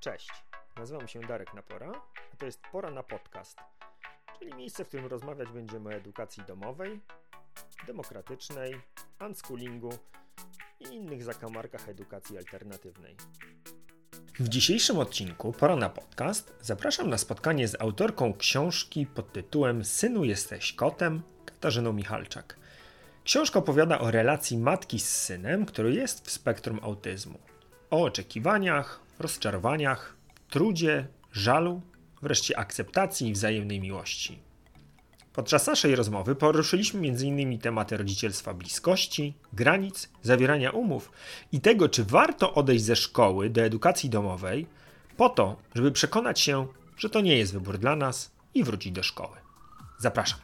Cześć, nazywam się Darek Napora, a to jest Pora na Podcast, czyli miejsce, w którym rozmawiać będziemy o edukacji domowej, demokratycznej, unschoolingu i innych zakamarkach edukacji alternatywnej. W dzisiejszym odcinku Pora na Podcast zapraszam na spotkanie z autorką książki pod tytułem Synu, jesteś kotem, Katarzyną Michalczak. Książka opowiada o relacji matki z synem, który jest w spektrum autyzmu. O oczekiwaniach, rozczarowaniach, trudzie, żalu, wreszcie akceptacji i wzajemnej miłości. Podczas naszej rozmowy poruszyliśmy m.in. tematy rodzicielstwa bliskości, granic, zawierania umów i tego, czy warto odejść ze szkoły do edukacji domowej po to, żeby przekonać się, że to nie jest wybór dla nas i wrócić do szkoły. Zapraszam.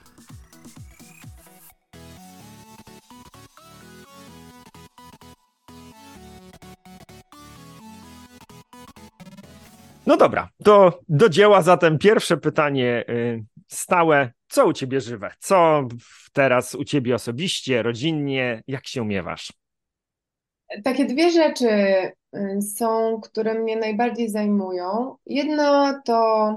No dobra, to do dzieła zatem pierwsze pytanie stałe. Co u ciebie żywe? Co teraz u ciebie osobiście, rodzinnie? Jak się miewasz? Takie dwie rzeczy są, które mnie najbardziej zajmują. Jedno to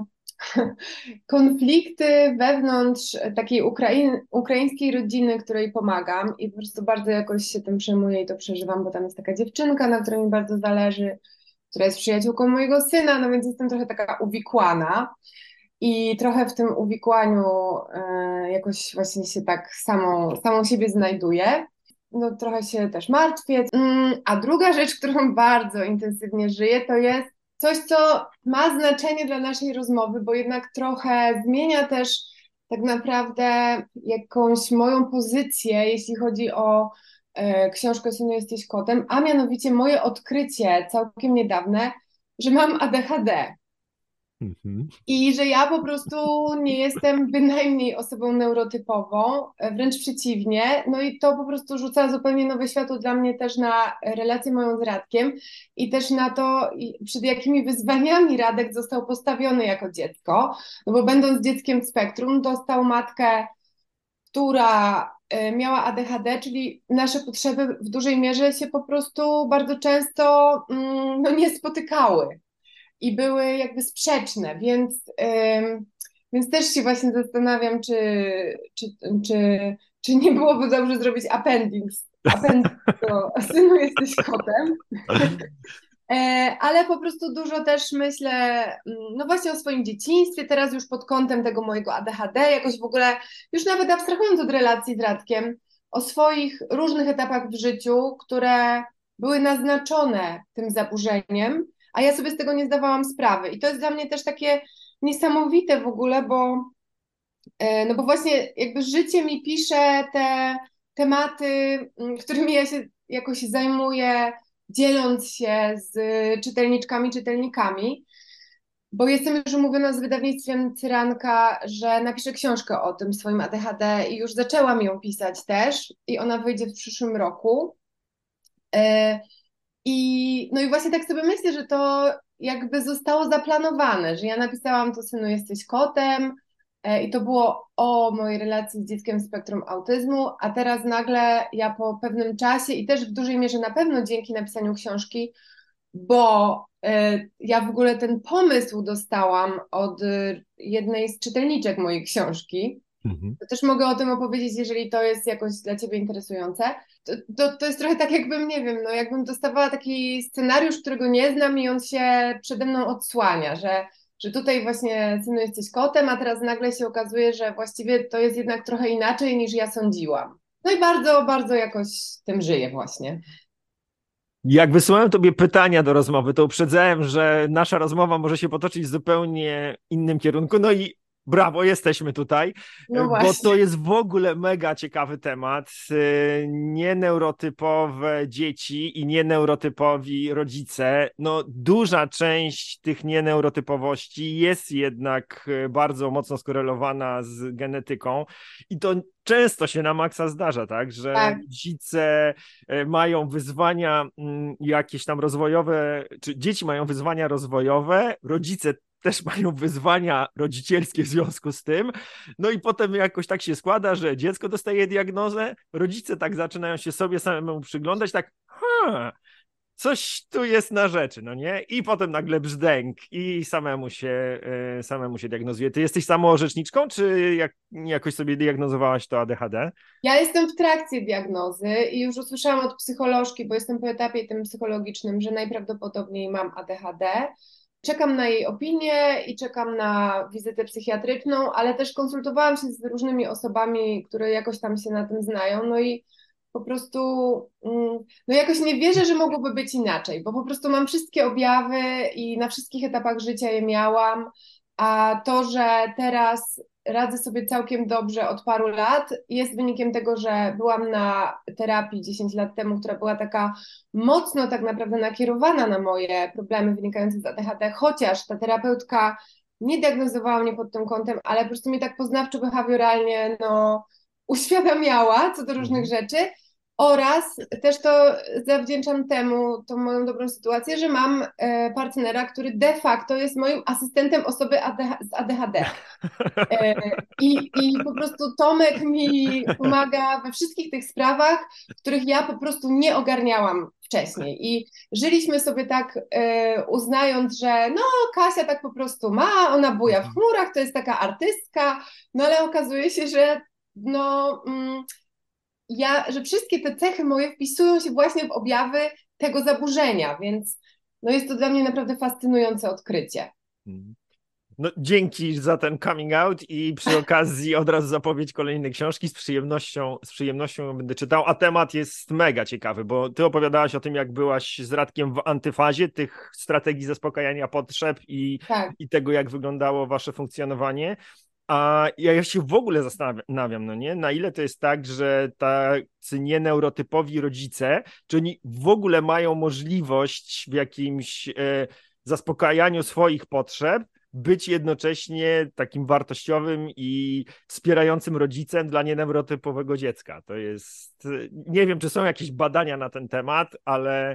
konflikty wewnątrz takiej ukraińskiej rodziny, której pomagam i po prostu bardzo jakoś się tym przejmuję i to przeżywam, bo tam jest taka dziewczynka, na której mi bardzo zależy, która jest przyjaciółką mojego syna, no więc jestem trochę taka uwikłana i trochę w tym uwikłaniu jakoś właśnie się tak samą siebie znajduję. No trochę się też martwię. A druga rzecz, którą bardzo intensywnie żyję, to jest coś, co ma znaczenie dla naszej rozmowy, bo jednak trochę zmienia też tak naprawdę jakąś moją pozycję, jeśli chodzi o książkę Synu, jesteś kotem, a mianowicie moje odkrycie całkiem niedawne, że mam ADHD. Mhm. I że ja po prostu nie jestem bynajmniej osobą neurotypową, wręcz przeciwnie. No i to po prostu rzuca zupełnie nowe światło dla mnie też na relację moją z Radkiem i też na to, przed jakimi wyzwaniami Radek został postawiony jako dziecko. No bo będąc dzieckiem w spektrum, dostał matkę, która miała ADHD, czyli nasze potrzeby w dużej mierze się po prostu bardzo często no, nie spotykały i były jakby sprzeczne, więc też się właśnie zastanawiam, czy, czy, czy nie byłoby dobrze zrobić appendix do Synu, jesteś kotem. Ale po prostu dużo też myślę, no właśnie o swoim dzieciństwie, teraz już pod kątem tego mojego ADHD, jakoś w ogóle, już nawet abstrahując od relacji z Radkiem, o swoich różnych etapach w życiu, które były naznaczone tym zaburzeniem, a ja sobie z tego nie zdawałam sprawy. I to jest dla mnie też takie niesamowite w ogóle, no bo właśnie jakby życie mi pisze te tematy, którymi ja się jakoś zajmuję, dzieląc się z czytelniczkami, czytelnikami, bo jestem już umówiona z wydawnictwem Cyranka, że napiszę książkę o tym swoim ADHD i już zaczęłam ją pisać też i ona wyjdzie w przyszłym roku. E, no i właśnie tak sobie myślę, że to jakby zostało zaplanowane, że ja napisałam to Synu, jesteś kotem i to było o mojej relacji z dzieckiem w spektrum autyzmu, a teraz nagle ja po pewnym czasie i też w dużej mierze na pewno dzięki napisaniu książki, bo ja w ogóle ten pomysł dostałam od jednej z czytelniczek mojej książki. Mhm. To też mogę o tym opowiedzieć, jeżeli to jest jakoś dla ciebie interesujące. To jest trochę tak, jakbym, nie wiem, no jakbym dostawała taki scenariusz, którego nie znam i on się przede mną odsłania, że tutaj właśnie Synu, jesteś kotem, a teraz nagle się okazuje, że właściwie to jest jednak trochę inaczej niż ja sądziłam. No i bardzo, bardzo jakoś tym żyję właśnie. Jak wysyłałem tobie pytania do rozmowy, to uprzedzałem, że nasza rozmowa może się potoczyć w zupełnie innym kierunku. No i brawo, jesteśmy tutaj, No bo właśnie. to jest w ogóle mega ciekawy temat. Nieneurotypowe dzieci i nieneurotypowi rodzice. No, duża część tych nieneurotypowości jest jednak bardzo mocno skorelowana z genetyką i to często się na maksa zdarza, tak, że Tak. rodzice mają wyzwania jakieś tam rozwojowe, czy dzieci mają wyzwania rozwojowe, rodzice też mają wyzwania rodzicielskie w związku z tym. No i potem jakoś tak się składa, że dziecko dostaje diagnozę, rodzice tak zaczynają się sobie samemu przyglądać, tak, coś tu jest na rzeczy, no nie? I potem nagle brzdęk i samemu się diagnozuje. Ty jesteś samoorzeczniczką, czy jakoś sobie diagnozowałaś to ADHD? Ja jestem w trakcie diagnozy i już usłyszałam od psycholożki, bo jestem po etapie tym psychologicznym, że najprawdopodobniej mam ADHD. Czekam na jej opinię i czekam na wizytę psychiatryczną, ale też konsultowałam się z różnymi osobami, które jakoś tam się na tym znają, no i po prostu no jakoś nie wierzę, że mogłoby być inaczej, bo po prostu mam wszystkie objawy i na wszystkich etapach życia je miałam, a to, że teraz radzę sobie całkiem dobrze od paru lat, jest wynikiem tego, że byłam na terapii 10 lat temu, która była taka mocno tak naprawdę nakierowana na moje problemy wynikające z ADHD, chociaż ta terapeutka nie diagnozowała mnie pod tym kątem, ale po prostu mnie tak poznawczo-behawioralnie uświadamiała co do różnych rzeczy. Oraz też to zawdzięczam temu, tą moją dobrą sytuację, że mam partnera, który de facto jest moim asystentem osoby z ADHD. I po prostu Tomek mi pomaga we wszystkich tych sprawach, których ja po prostu nie ogarniałam wcześniej. I żyliśmy sobie tak, uznając, że no Kasia tak po prostu ma, ona buja w chmurach, to jest taka artystka, no ale okazuje się, że że wszystkie te cechy moje wpisują się właśnie w objawy tego zaburzenia, więc no jest to dla mnie naprawdę fascynujące odkrycie. No, dzięki za ten coming out i przy okazji od razu zapowiedź kolejnej książki, z przyjemnością ją będę czytał, a temat jest mega ciekawy, bo ty opowiadałaś o tym, jak byłaś z Radkiem w antyfazie tych strategii zaspokajania potrzeb Tak. i tego, jak wyglądało wasze funkcjonowanie. A ja się w ogóle zastanawiam, no nie, na ile to jest tak, że tacy nieneurotypowi rodzice, czy oni w ogóle mają możliwość w jakimś zaspokajaniu swoich potrzeb, być jednocześnie takim wartościowym i wspierającym rodzicem dla nieneurotypowego dziecka. To jest, nie wiem, czy są jakieś badania na ten temat, ale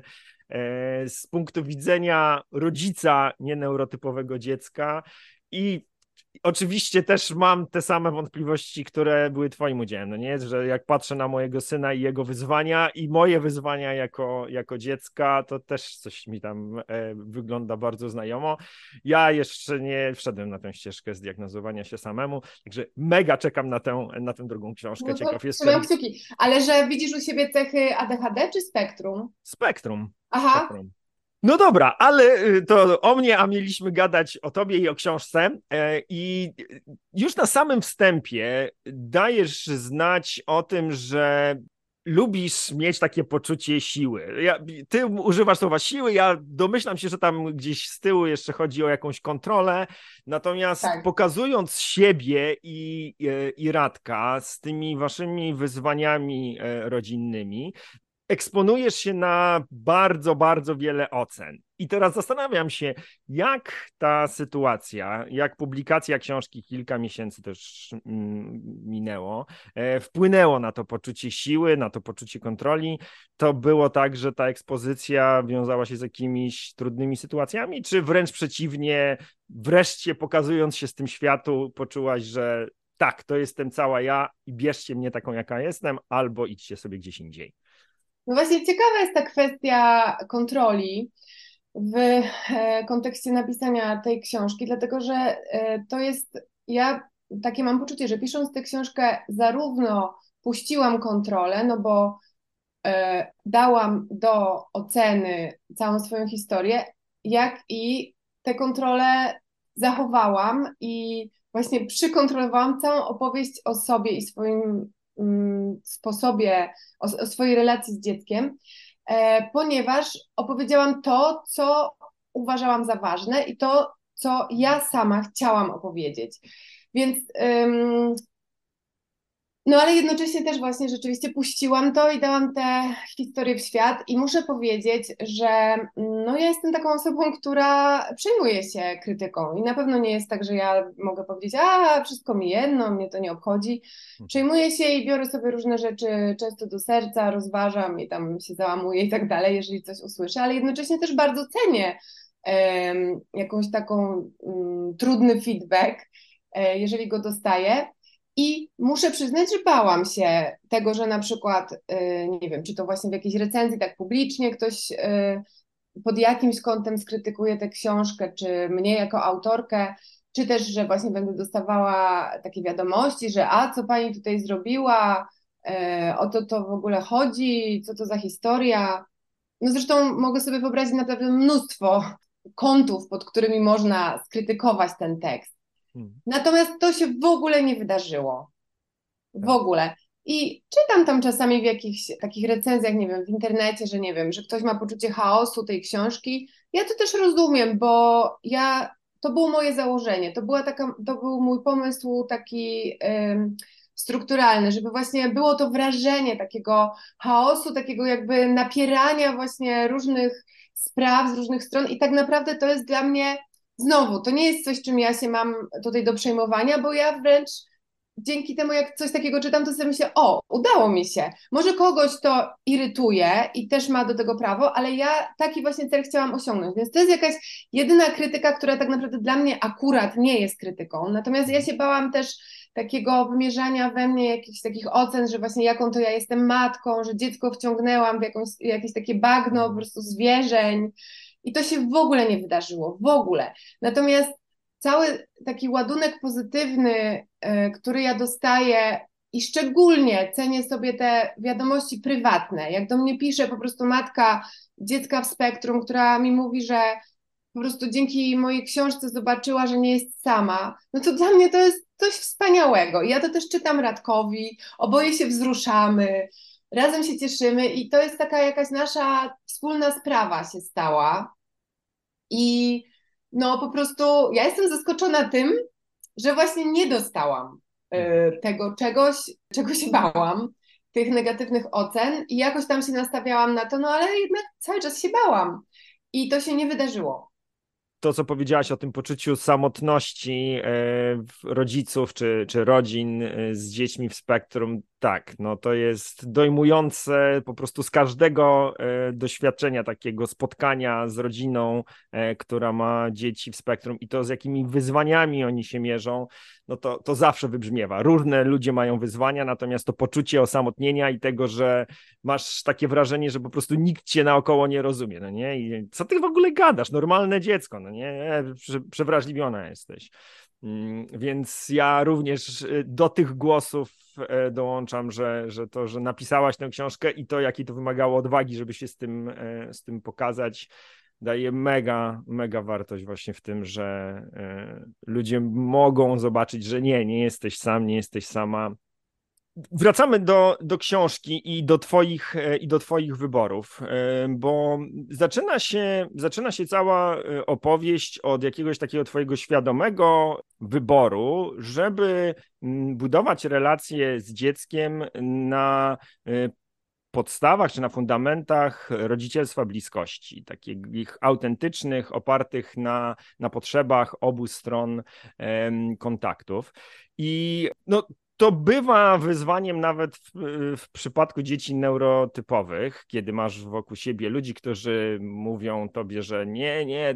z punktu widzenia rodzica nieneurotypowego dziecka i oczywiście też mam te same wątpliwości, które były twoim udziałem, no nie? Że jak patrzę na mojego syna i jego wyzwania i moje wyzwania jako dziecka, to też coś mi tam wygląda bardzo znajomo. Ja jeszcze nie wszedłem na tę ścieżkę zdiagnozowania się samemu, także mega czekam na tę drugą książkę. No to Ciekaw trzymam jestem. kciuki. Ale że widzisz u siebie cechy ADHD czy spektrum? Spektrum. Aha. Spektrum. No dobra, ale to o mnie, a mieliśmy gadać o tobie i o książce. I już na samym wstępie dajesz znać o tym, że lubisz mieć takie poczucie siły. Ty używasz słowa siły, ja domyślam się, że tam gdzieś z tyłu jeszcze chodzi o jakąś kontrolę, natomiast Tak. pokazując siebie i Radka z tymi waszymi wyzwaniami rodzinnymi, eksponujesz się na bardzo, bardzo wiele ocen. I teraz zastanawiam się, jak ta sytuacja, jak publikacja książki, kilka miesięcy też minęło, wpłynęło na to poczucie siły, na to poczucie kontroli. To było tak, że ta ekspozycja wiązała się z jakimiś trudnymi sytuacjami, czy wręcz przeciwnie, wreszcie pokazując się z tym światu, poczułaś, że tak, to jestem cała ja i bierzcie mnie taką, jaka jestem, albo idźcie sobie gdzieś indziej. No właśnie ciekawa jest ta kwestia kontroli w kontekście napisania tej książki, dlatego że to jest, ja takie mam poczucie, że pisząc tę książkę zarówno puściłam kontrolę, no bo dałam do oceny całą swoją historię, jak i tę kontrolę zachowałam i właśnie przykontrolowałam całą opowieść o sobie i swoim sposobie, o swojej relacji z dzieckiem, ponieważ opowiedziałam to, co uważałam za ważne i to, co ja sama chciałam opowiedzieć. Więc no ale jednocześnie też właśnie rzeczywiście puściłam to i dałam tę historię w świat i muszę powiedzieć, że no ja jestem taką osobą, która przejmuje się krytyką i na pewno nie jest tak, że ja mogę powiedzieć, a wszystko mi jedno, mnie to nie obchodzi. Przejmuję się i biorę sobie różne rzeczy często do serca, rozważam i tam się załamuję i tak dalej, jeżeli coś usłyszę, ale jednocześnie też bardzo cenię jakąś taką trudny feedback, jeżeli go dostaję. I muszę przyznać, że bałam się tego, że na przykład, nie wiem, czy to właśnie w jakiejś recenzji tak publicznie ktoś pod jakimś kątem skrytykuje tę książkę, czy mnie jako autorkę, czy też, że właśnie będę dostawała takie wiadomości, że a co pani tutaj zrobiła, o to w ogóle chodzi, co to za historia. No zresztą mogę sobie wyobrazić naprawdę mnóstwo kątów, pod którymi można skrytykować ten tekst. Natomiast to się w ogóle nie wydarzyło. W Tak. ogóle. I czytam tam czasami w jakichś takich recenzjach, nie wiem, w internecie, że nie wiem, że ktoś ma poczucie chaosu tej książki. Ja to też rozumiem, bo to było moje założenie, to był mój pomysł taki strukturalny, żeby właśnie było to wrażenie takiego chaosu, takiego jakby napierania właśnie różnych spraw z różnych stron i tak naprawdę to jest dla mnie, znowu, to nie jest coś, czym ja się mam tutaj do przejmowania, bo ja wręcz dzięki temu, jak coś takiego czytam, to sobie myślę, o, udało mi się. Może kogoś to irytuje i też ma do tego prawo, ale ja taki właśnie cel chciałam osiągnąć. Więc to jest jakaś jedyna krytyka, która tak naprawdę dla mnie akurat nie jest krytyką. Natomiast ja się bałam też takiego wymierzania we mnie jakichś takich ocen, że właśnie jaką to ja jestem matką, że dziecko wciągnęłam w jakieś takie bagno po prostu zwierzeń. I to się w ogóle nie wydarzyło, w ogóle. Natomiast cały taki ładunek pozytywny, który ja dostaję i szczególnie cenię sobie te wiadomości prywatne, jak do mnie pisze po prostu matka dziecka w spektrum, która mi mówi, że po prostu dzięki mojej książce zobaczyła, że nie jest sama, no to dla mnie to jest coś wspaniałego. I ja to też czytam Radkowi, oboje się wzruszamy, razem się cieszymy i to jest taka jakaś nasza wspólna sprawa się stała. I no po prostu ja jestem zaskoczona tym, że właśnie nie dostałam tego czegoś, czego się bałam, tych negatywnych ocen i jakoś tam się nastawiałam na to, no ale jednak cały czas się bałam i to się nie wydarzyło. To, co powiedziałaś o tym poczuciu samotności rodziców czy rodzin z dziećmi w spektrum, tak, no to jest dojmujące po prostu z każdego doświadczenia takiego spotkania z rodziną, która ma dzieci w spektrum i to z jakimi wyzwaniami oni się mierzą, no to zawsze wybrzmiewa. Różne ludzie mają wyzwania, natomiast to poczucie osamotnienia i tego, że masz takie wrażenie, że po prostu nikt cię naokoło nie rozumie, no nie? I co ty w ogóle gadasz? Normalne dziecko, no nie? Przewrażliwiona jesteś. Więc ja również do tych głosów dołączam, że napisałaś tę książkę i to, jakiej to wymagało odwagi, żeby się z tym pokazać, daje mega wartość właśnie w tym, że ludzie mogą zobaczyć, że nie jesteś sam, nie jesteś sama. Wracamy do książki i do twoich wyborów, bo zaczyna się cała opowieść od jakiegoś takiego twojego świadomego wyboru, żeby budować relacje z dzieckiem na podstawach czy na fundamentach rodzicielstwa bliskości, takich autentycznych, opartych na potrzebach obu stron kontaktów. I no, to bywa wyzwaniem nawet w przypadku dzieci neurotypowych, kiedy masz wokół siebie ludzi, którzy mówią tobie, że nie,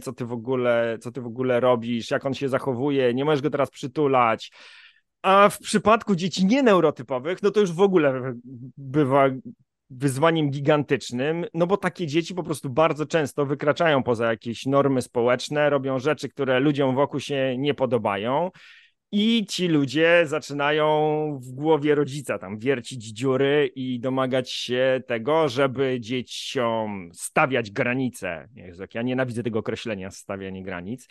co ty w ogóle robisz, jak on się zachowuje, nie możesz go teraz przytulać. A w przypadku dzieci nieneurotypowych, no to już w ogóle bywa wyzwaniem gigantycznym, no bo takie dzieci po prostu bardzo często wykraczają poza jakieś normy społeczne, robią rzeczy, które ludziom wokół się nie podobają. I ci ludzie zaczynają w głowie rodzica tam wiercić dziury i domagać się tego, żeby dzieciom stawiać granice. Jezu, jak ja nienawidzę tego określenia, stawianie granic.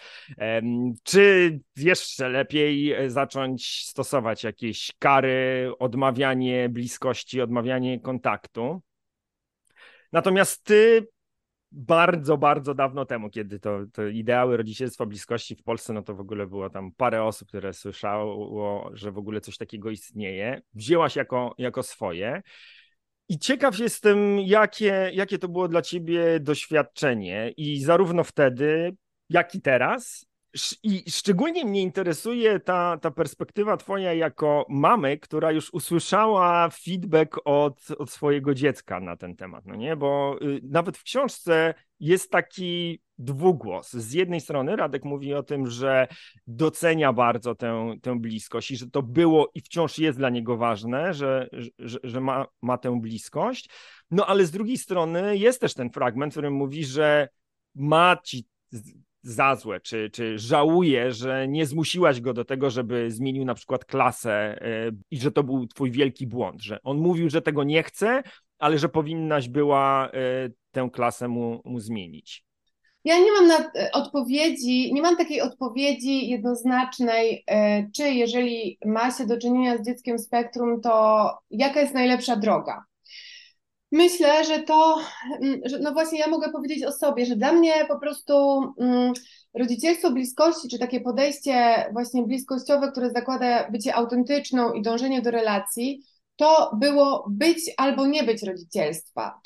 Czy jeszcze lepiej zacząć stosować jakieś kary, odmawianie bliskości, odmawianie kontaktu. Natomiast ty bardzo dawno temu, kiedy to ideały rodzicielstwa bliskości w Polsce, no to w ogóle było tam parę osób, które słyszało, że w ogóle coś takiego istnieje. Wzięłaś jako swoje. I ciekaw jestem, jakie to było dla ciebie doświadczenie i zarówno wtedy, jak i teraz. I szczególnie mnie interesuje ta perspektywa twoja jako mamy, która już usłyszała feedback od swojego dziecka na ten temat, no nie? Bo nawet w książce jest taki dwugłos. Z jednej strony Radek mówi o tym, że docenia bardzo tę bliskość i że to było i wciąż jest dla niego ważne, że ma tę bliskość. No ale z drugiej strony jest też ten fragment, w którym mówi, że ma ci za złe, czy żałuje, że nie zmusiłaś go do tego, żeby zmienił na przykład klasę i że to był twój wielki błąd, że on mówił, że tego nie chce, ale że powinnaś była tę klasę mu zmienić. Ja nie mam odpowiedzi, nie mam takiej odpowiedzi jednoznacznej, czy jeżeli ma się do czynienia z dzieckiem spektrum, to jaka jest najlepsza droga. Myślę, że no właśnie ja mogę powiedzieć o sobie, że dla mnie po prostu rodzicielstwo bliskości, czy takie podejście właśnie bliskościowe, które zakłada bycie autentyczną i dążenie do relacji, to było być albo nie być rodzicielstwa.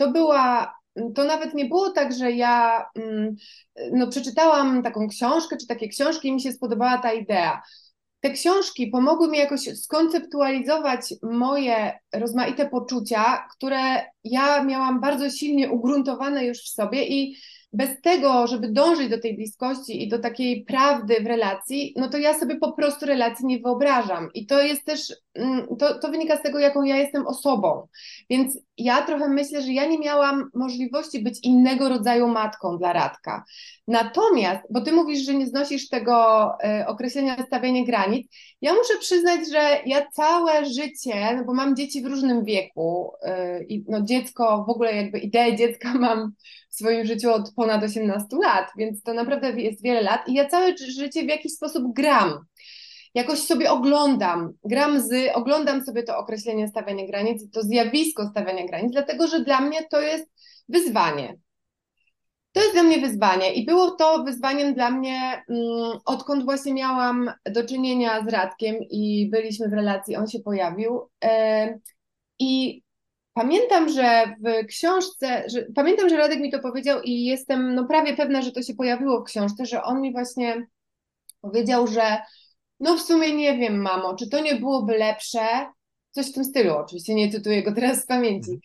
To nawet nie było tak, że ja no, przeczytałam taką książkę, czy takie książki i mi się spodobała ta idea. Te książki pomogły mi jakoś skonceptualizować moje rozmaite poczucia, które ja miałam bardzo silnie ugruntowane już w sobie i bez tego, żeby dążyć do tej bliskości i do takiej prawdy w relacji, no to ja sobie po prostu relacji nie wyobrażam. I to jest też, to wynika z tego, jaką ja jestem osobą. Więc ja trochę myślę, że ja nie miałam możliwości być innego rodzaju matką dla Radka. Natomiast, bo ty mówisz, że nie znosisz tego określenia stawiania granic, ja muszę przyznać, że ja całe życie, no bo mam dzieci w różnym wieku i no dziecko, w ogóle jakby ideę dziecka mam w swoim życiu od ponad 18 lat, więc to naprawdę jest wiele lat i ja całe życie w jakiś sposób gram. Jakoś sobie oglądam sobie to określenie stawiania granic, to zjawisko stawiania granic, dlatego że dla mnie to jest wyzwanie. To jest dla mnie wyzwanie i było to wyzwaniem dla mnie, odkąd właśnie miałam do czynienia z Radkiem i byliśmy w relacji, on się pojawił. I pamiętam, że w książce, pamiętam, że Radek mi to powiedział i jestem no prawie pewna, że to się pojawiło w książce, że on mi właśnie powiedział, że no w sumie nie wiem, mamo, czy to nie byłoby lepsze, coś w tym stylu, oczywiście nie cytuję go teraz z pamięci,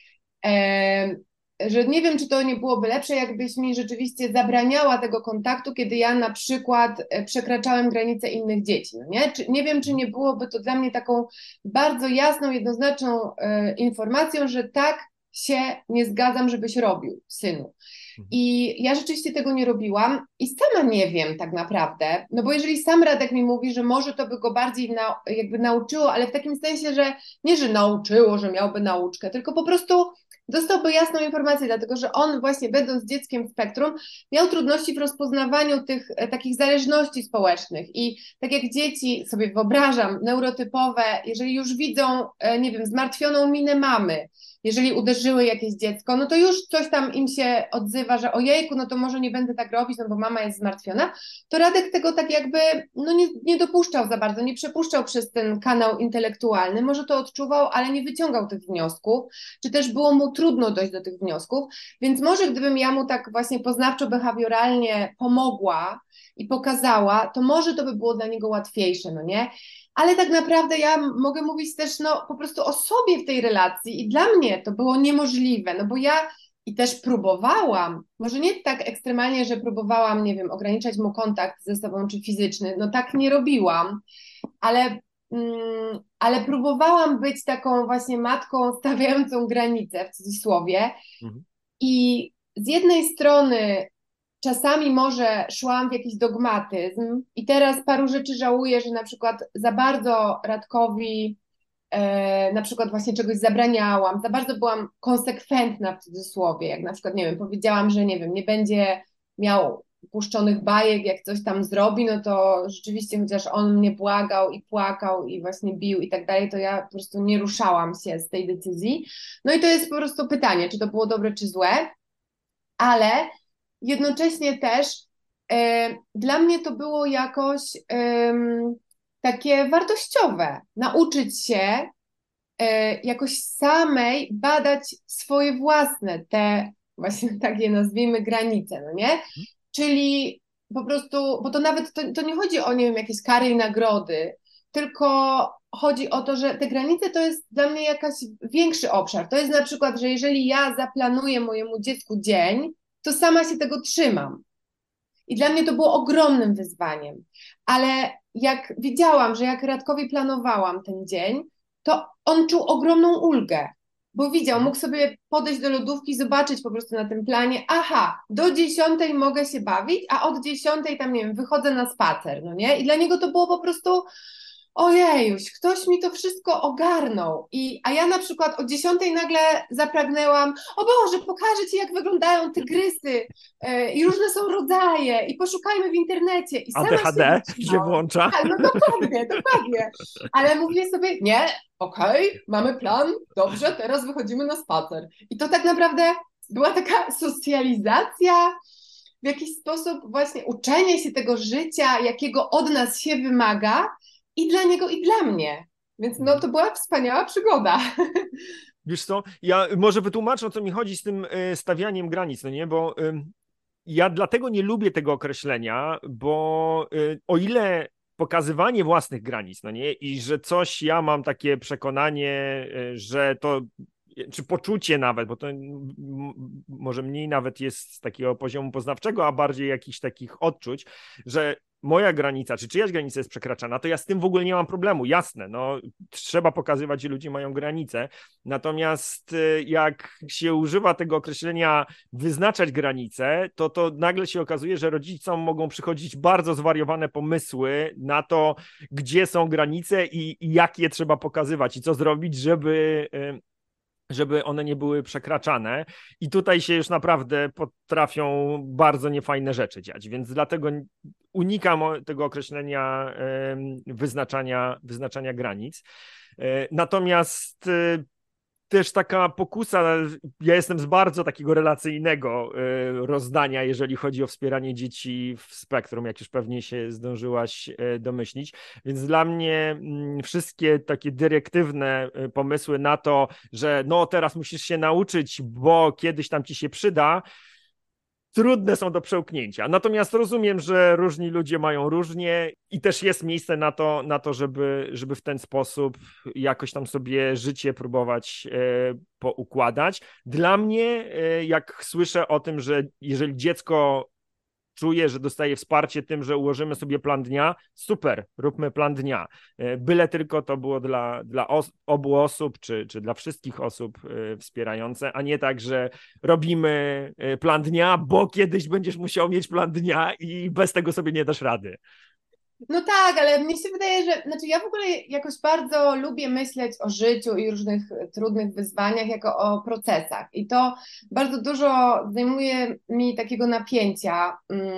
że nie wiem, czy to nie byłoby lepsze, jakbyś mi rzeczywiście zabraniała tego kontaktu, kiedy ja na przykład przekraczałem granice innych dzieci, no nie? Nie wiem, czy nie byłoby to dla mnie taką bardzo jasną, jednoznaczną informacją, że tak się nie zgadzam, żebyś robił, synu. I ja rzeczywiście tego nie robiłam i sama nie wiem tak naprawdę, no bo jeżeli sam Radek mi mówi, że może to by go bardziej jakby nauczyło, ale w takim sensie, że nie, że nauczyło, że miałby nauczkę, tylko po prostu dostałby jasną informację, dlatego że on właśnie będąc dzieckiem w spektrum miał trudności w rozpoznawaniu tych takich zależności społecznych i tak jak dzieci, sobie wyobrażam, neurotypowe, jeżeli już widzą, nie wiem, zmartwioną minę mamy, jeżeli uderzyły jakieś dziecko, no to już coś tam im się odzywa, że ojejku, no to może nie będę tak robić, no bo mama jest zmartwiona, to Radek tego tak jakby no nie dopuszczał za bardzo, nie przepuszczał przez ten kanał intelektualny, może to odczuwał, ale nie wyciągał tych wniosków, czy też było mu trudno dojść do tych wniosków, więc może gdybym ja mu tak właśnie poznawczo-behawioralnie pomogła i pokazała, to może to by było dla niego łatwiejsze, no nie? Ale tak naprawdę ja mogę mówić też no, po prostu o sobie w tej relacji i dla mnie to było niemożliwe, no bo ja i też próbowałam, może nie tak ekstremalnie, że próbowałam, nie wiem, ograniczać mu kontakt ze sobą czy fizyczny, no tak nie robiłam, ale próbowałam być taką właśnie matką stawiającą granice w cudzysłowie i z jednej strony czasami może szłam w jakiś dogmatyzm i teraz paru rzeczy żałuję, że na przykład za bardzo Radkowi na przykład właśnie czegoś zabraniałam, za bardzo byłam konsekwentna w cudzysłowie, jak na przykład, nie wiem, powiedziałam, że nie wiem, nie będzie miał puszczonych bajek, jak coś tam zrobi, no to rzeczywiście chociaż on mnie błagał i płakał i właśnie bił i tak dalej, to ja po prostu nie ruszałam się z tej decyzji. No i to jest po prostu pytanie, czy to było dobre, czy złe, ale jednocześnie też dla mnie to było jakoś takie wartościowe. Nauczyć się jakoś samej badać swoje własne, te właśnie tak je nazwijmy granice, no nie? Czyli po prostu, bo to nawet to nie chodzi o, nie wiem, jakieś kary i nagrody, tylko chodzi o to, że te granice to jest dla mnie jakaś większy obszar. To jest na przykład, że jeżeli ja zaplanuję mojemu dziecku dzień, to sama się tego trzymam. I dla mnie to było ogromnym wyzwaniem. Ale jak widziałam, że jak Radkowi planowałam ten dzień, to on czuł ogromną ulgę, bo widział, mógł sobie podejść do lodówki, zobaczyć po prostu na tym planie, aha, do 10 mogę się bawić, a od 10 tam, nie wiem, wychodzę na spacer, no nie? I dla niego to było po prostu, ojejuś, ktoś mi to wszystko ogarnął. A ja na przykład o 10 nagle zapragnęłam, o Boże, pokażę Ci, jak wyglądają tygrysy i różne są rodzaje i poszukajmy w internecie. I sama ADHD się zaczynałam. włącza. Tak, no dokładnie, dokładnie. Ale mówię sobie, nie, okej, mamy plan, dobrze, teraz wychodzimy na spacer. I to tak naprawdę była taka socjalizacja, w jakiś sposób właśnie uczenie się tego życia, jakiego od nas się wymaga, i dla niego, i dla mnie. Więc no to była wspaniała przygoda. Wiesz co, ja może wytłumaczę, o co mi chodzi z tym stawianiem granic, no nie, bo ja dlatego nie lubię tego określenia, bo o ile pokazywanie własnych granic, no nie, i że coś ja mam takie przekonanie, że to czy poczucie nawet, bo to może mniej nawet jest z takiego poziomu poznawczego, a bardziej jakichś takich odczuć, że moja granica, czy czyjaś granica jest przekraczana, to ja z tym w ogóle nie mam problemu, jasne, no trzeba pokazywać, że ludzie mają granice, natomiast jak się używa tego określenia wyznaczać granice, to nagle się okazuje, że rodzicom mogą przychodzić bardzo zwariowane pomysły na to, gdzie są granice i jak je trzeba pokazywać i co zrobić, żeby one nie były przekraczane i tutaj się już naprawdę potrafią bardzo niefajne rzeczy dziać, więc dlatego unikam tego określenia wyznaczania granic. Natomiast też taka pokusa, ja jestem z bardzo takiego relacyjnego rozdania, jeżeli chodzi o wspieranie dzieci w spektrum, jak już pewnie się zdążyłaś domyślić, więc dla mnie wszystkie takie dyrektywne pomysły na to, że no teraz musisz się nauczyć, bo kiedyś tam ci się przyda, trudne są do przełknięcia. Natomiast rozumiem, że różni ludzie mają różnie i też jest miejsce na to żeby w ten sposób jakoś tam sobie życie próbować poukładać. Dla mnie, jak słyszę o tym, że jeżeli dziecko czuje, że dostaje wsparcie tym, że ułożymy sobie plan dnia, super, róbmy plan dnia. Byle tylko to było dla obu osób, czy dla wszystkich osób wspierające, a nie tak, że robimy plan dnia, bo kiedyś będziesz musiał mieć plan dnia i bez tego sobie nie dasz rady. No tak, ale mnie się wydaje, że znaczy ja w ogóle jakoś bardzo lubię myśleć o życiu i różnych trudnych wyzwaniach jako o procesach. I to bardzo dużo zajmuje mi takiego napięcia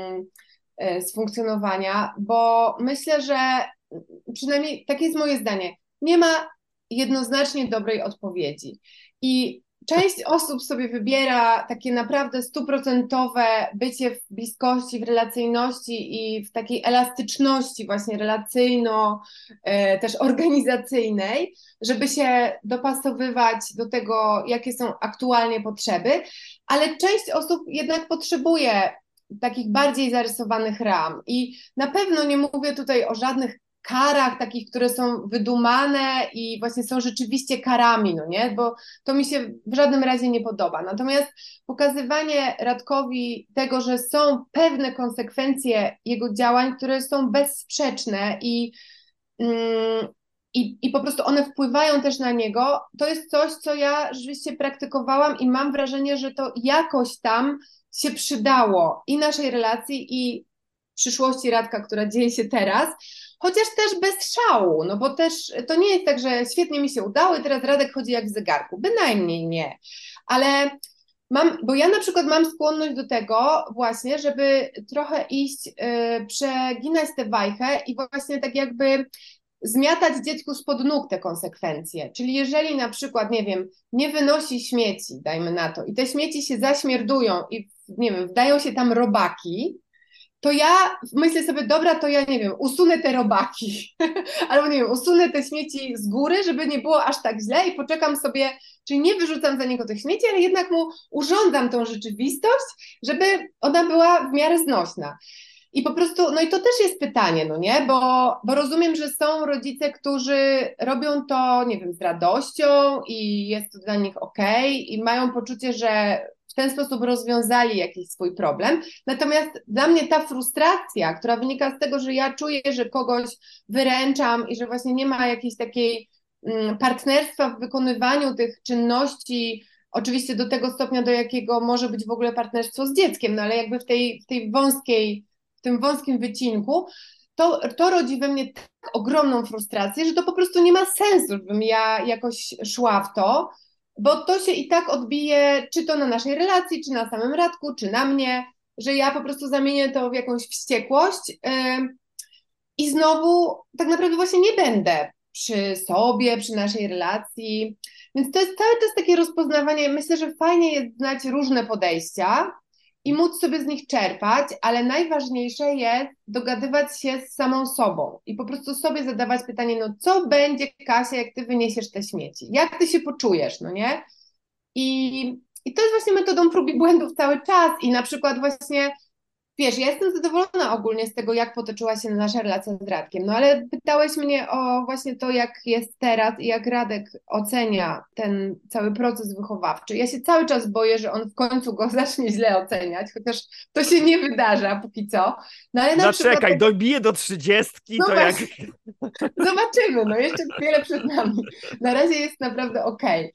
z funkcjonowania, bo myślę, że przynajmniej takie jest moje zdanie, nie ma jednoznacznie dobrej odpowiedzi. I część osób sobie wybiera takie naprawdę stuprocentowe bycie w bliskości, w relacyjności i w takiej elastyczności właśnie relacyjno, też organizacyjnej, żeby się dopasowywać do tego, jakie są aktualnie potrzeby, ale część osób jednak potrzebuje takich bardziej zarysowanych ram i na pewno nie mówię tutaj o żadnych karach takich, które są wydumane i właśnie są rzeczywiście karami, no nie? Bo to mi się w żadnym razie nie podoba. Natomiast pokazywanie Radkowi tego, że są pewne konsekwencje jego działań, które są bezsprzeczne i po prostu one wpływają też na niego, to jest coś, co ja rzeczywiście praktykowałam i mam wrażenie, że to jakoś tam się przydało i naszej relacji, i przyszłości Radka, która dzieje się teraz, chociaż też bez szału, no bo też to nie jest tak, że świetnie mi się udało i teraz Radek chodzi jak w zegarku, bynajmniej nie, ale bo ja na przykład mam skłonność do tego właśnie, żeby trochę iść, przeginać tę wajchę i właśnie tak jakby zmiatać dziecku spod nóg te konsekwencje. Czyli jeżeli na przykład, nie wiem, nie wynosi śmieci, dajmy na to, i te śmieci się zaśmierdują i, nie wiem, wdają się tam robaki, to ja myślę sobie, dobra, to ja, nie wiem, usunę te robaki, albo, nie wiem, usunę te śmieci z góry, żeby nie było aż tak źle i poczekam sobie, czyli nie wyrzucam za niego tych śmieci, ale jednak mu urządzam tą rzeczywistość, żeby ona była w miarę znośna. I po prostu, no i to też jest pytanie, no nie? Bo rozumiem, że są rodzice, którzy robią to, nie wiem, z radością i jest to dla nich okej i mają poczucie, że w ten sposób rozwiązali jakiś swój problem. Natomiast dla mnie ta frustracja, która wynika z tego, że ja czuję, że kogoś wyręczam i że właśnie nie ma jakiejś takiej partnerstwa w wykonywaniu tych czynności, oczywiście do tego stopnia, do jakiego może być w ogóle partnerstwo z dzieckiem, no ale jakby w tym wąskim wycinku, to rodzi we mnie tak ogromną frustrację, że to po prostu nie ma sensu, żebym ja jakoś szła w to, bo to się i tak odbije, czy to na naszej relacji, czy na samym Radku, czy na mnie, że ja po prostu zamienię to w jakąś wściekłość i znowu tak naprawdę właśnie nie będę przy sobie, przy naszej relacji. Więc to jest cały czas takie rozpoznawanie. Myślę, że fajnie jest znać różne podejścia i móc sobie z nich czerpać, ale najważniejsze jest dogadywać się z samą sobą i po prostu sobie zadawać pytanie, no co będzie, Kasia, jak ty wyniesiesz te śmieci? Jak ty się poczujesz, no nie? I to jest właśnie metodą prób i błędów cały czas i na przykład właśnie wiesz, ja jestem zadowolona ogólnie z tego, jak potoczyła się nasza relacja z Radkiem, no ale pytałeś mnie o właśnie to, jak jest teraz i jak Radek ocenia ten cały proces wychowawczy. Ja się cały czas boję, że on w końcu go zacznie źle oceniać, chociaż to się nie wydarza póki co. No ale na przykład... Zaczekaj, dobije do 30, No to jak... właśnie, zobaczymy, no jeszcze wiele przed nami. Na razie jest naprawdę okej.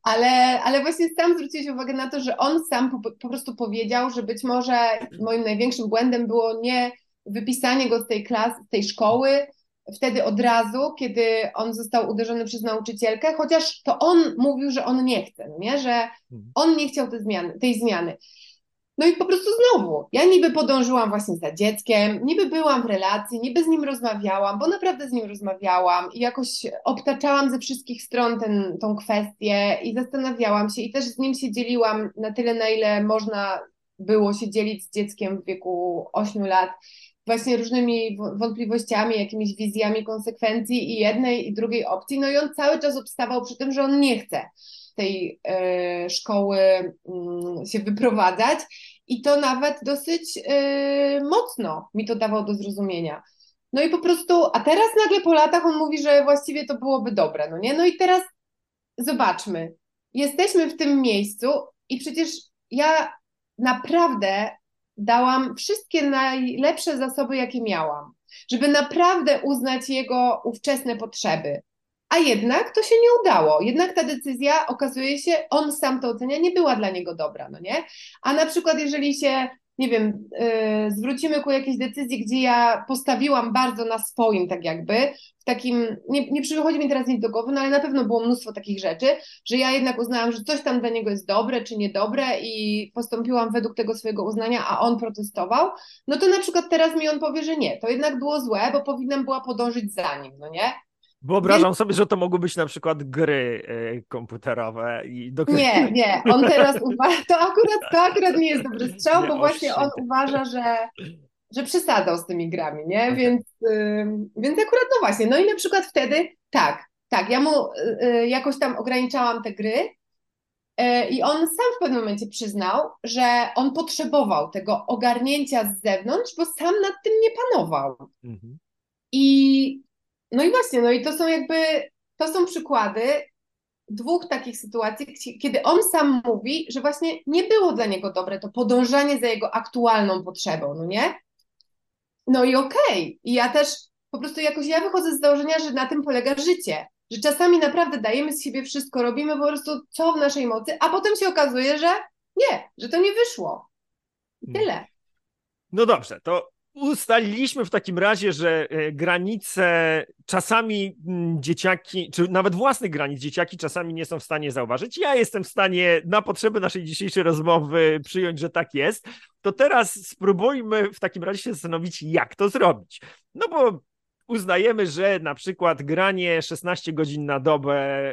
Ale właśnie sam zwróciłeś uwagę na to, że on sam po prostu powiedział, że być może moim największym błędem było nie wypisanie go z tej klasy, z tej szkoły wtedy od razu, kiedy on został uderzony przez nauczycielkę, chociaż to on mówił, że on nie chce, no nie? Że on nie chciał tej zmiany. No i po prostu znowu, ja niby podążyłam właśnie za dzieckiem, niby byłam w relacji, niby z nim rozmawiałam, bo naprawdę z nim rozmawiałam i jakoś obtaczałam ze wszystkich stron tą kwestię i zastanawiałam się i też z nim się dzieliłam na tyle, na ile można było się dzielić z dzieckiem w wieku 8 lat, właśnie różnymi wątpliwościami, jakimiś wizjami konsekwencji i jednej i drugiej opcji. No i on cały czas obstawał przy tym, że on nie chce tej szkoły się wyprowadzać i to nawet dosyć mocno mi to dawał do zrozumienia. No i po prostu, a teraz nagle po latach on mówi, że właściwie to byłoby dobre, no nie? No i teraz zobaczmy, jesteśmy w tym miejscu i przecież ja naprawdę dałam wszystkie najlepsze zasoby, jakie miałam, żeby naprawdę uznać jego ówczesne potrzeby. A jednak to się nie udało. Jednak ta decyzja, okazuje się, on sam to ocenia, nie była dla niego dobra, no nie? A na przykład jeżeli się, nie wiem, zwrócimy ku jakiejś decyzji, gdzie ja postawiłam bardzo na swoim, tak jakby, w takim, nie przychodzi mi teraz nic do głowy, no ale na pewno było mnóstwo takich rzeczy, że ja jednak uznałam, że coś tam dla niego jest dobre czy niedobre i postąpiłam według tego swojego uznania, a on protestował, no to na przykład teraz mi on powie, że nie, to jednak było złe, bo powinnam była podążyć za nim, no nie? Wyobrażam sobie, że to mogły być na przykład gry komputerowe. Nie, on teraz uważa, to akurat nie jest dobry strzał, bo właśnie on uważa, że przesadzał z tymi grami, nie? Okay. Więc akurat no właśnie, no i na przykład wtedy tak, ja mu jakoś tam ograniczałam te gry i on sam w pewnym momencie przyznał, że on potrzebował tego ogarnięcia z zewnątrz, bo sam nad tym nie panował. Mhm. No i właśnie, no i to są przykłady dwóch takich sytuacji, kiedy on sam mówi, że właśnie nie było dla niego dobre to podążanie za jego aktualną potrzebą, no nie? No i okej. I ja też po prostu jakoś ja wychodzę z założenia, że na tym polega życie, że czasami naprawdę dajemy z siebie wszystko, robimy po prostu co w naszej mocy, a potem się okazuje, że to nie wyszło. I tyle. No dobrze, to ustaliliśmy w takim razie, że granice czasami dzieciaki, czy nawet własnych granic dzieciaki czasami nie są w stanie zauważyć. Ja jestem w stanie na potrzeby naszej dzisiejszej rozmowy przyjąć, że tak jest. To teraz spróbujmy w takim razie się zastanowić, jak to zrobić. No bo uznajemy, że na przykład granie 16 godzin na dobę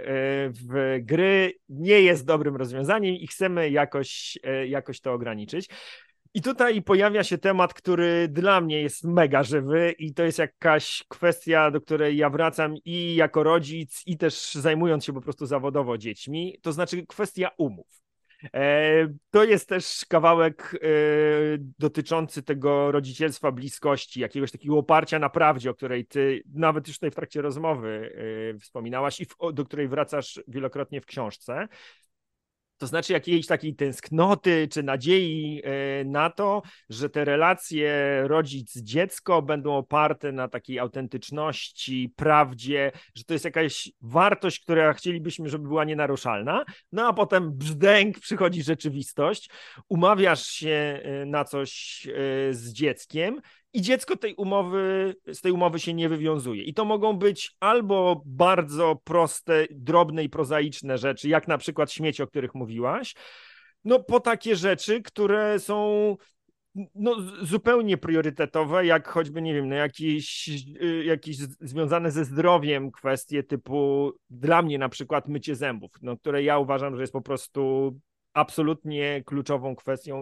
w gry nie jest dobrym rozwiązaniem i chcemy jakoś to ograniczyć. I tutaj pojawia się temat, który dla mnie jest mega żywy i to jest jakaś kwestia, do której ja wracam i jako rodzic, i też zajmując się po prostu zawodowo dziećmi, to znaczy kwestia umów. To jest też kawałek dotyczący tego rodzicielstwa bliskości, jakiegoś takiego oparcia na prawdzie, o której ty nawet już tutaj w trakcie rozmowy wspominałaś i do której wracasz wielokrotnie w książce. To znaczy jakiejś takiej tęsknoty czy nadziei na to, że te relacje rodzic-dziecko będą oparte na takiej autentyczności, prawdzie, że to jest jakaś wartość, która chcielibyśmy, żeby była nienaruszalna, no a potem brzdęk, przychodzi rzeczywistość, umawiasz się na coś z dzieckiem i dziecko z tej umowy się nie wywiązuje. I to mogą być albo bardzo proste, drobne i prozaiczne rzeczy, jak na przykład śmieci, o których mówiłaś, no po takie rzeczy, które są no, zupełnie priorytetowe, jak choćby, nie wiem, no jakieś związane ze zdrowiem kwestie typu dla mnie na przykład mycie zębów, no, które ja uważam, że jest po prostu absolutnie kluczową kwestią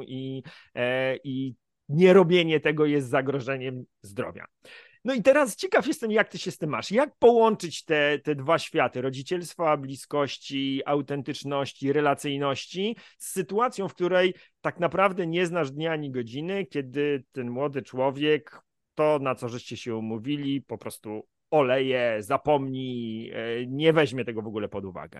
i nierobienie tego jest zagrożeniem zdrowia. No i teraz ciekaw jestem, jak ty się z tym masz. Jak połączyć te dwa światy, rodzicielstwa, bliskości, autentyczności, relacyjności, z sytuacją, w której tak naprawdę nie znasz dnia ani godziny, kiedy ten młody człowiek to, na co żeście się umówili, po prostu oleje, zapomni, nie weźmie tego w ogóle pod uwagę.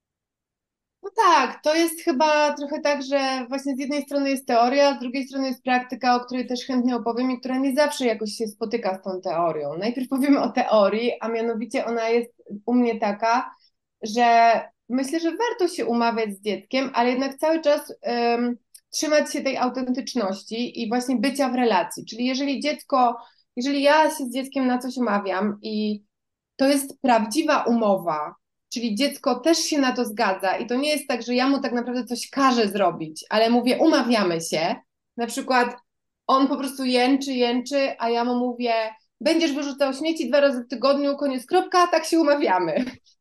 No tak, to jest chyba trochę tak, że właśnie z jednej strony jest teoria, z drugiej strony jest praktyka, o której też chętnie opowiem i która nie zawsze jakoś się spotyka z tą teorią. Najpierw powiemy o teorii, a mianowicie ona jest u mnie taka, że myślę, że warto się umawiać z dzieckiem, ale jednak cały czas trzymać się tej autentyczności i właśnie bycia w relacji. Czyli jeżeli ja się z dzieckiem na coś umawiam i to jest prawdziwa umowa, czyli dziecko też się na to zgadza i to nie jest tak, że ja mu tak naprawdę coś każę zrobić, ale mówię, umawiamy się, na przykład on po prostu jęczy, a ja mu mówię, będziesz wyrzucał śmieci 2 razy w tygodniu, koniec, kropka, tak się umawiamy.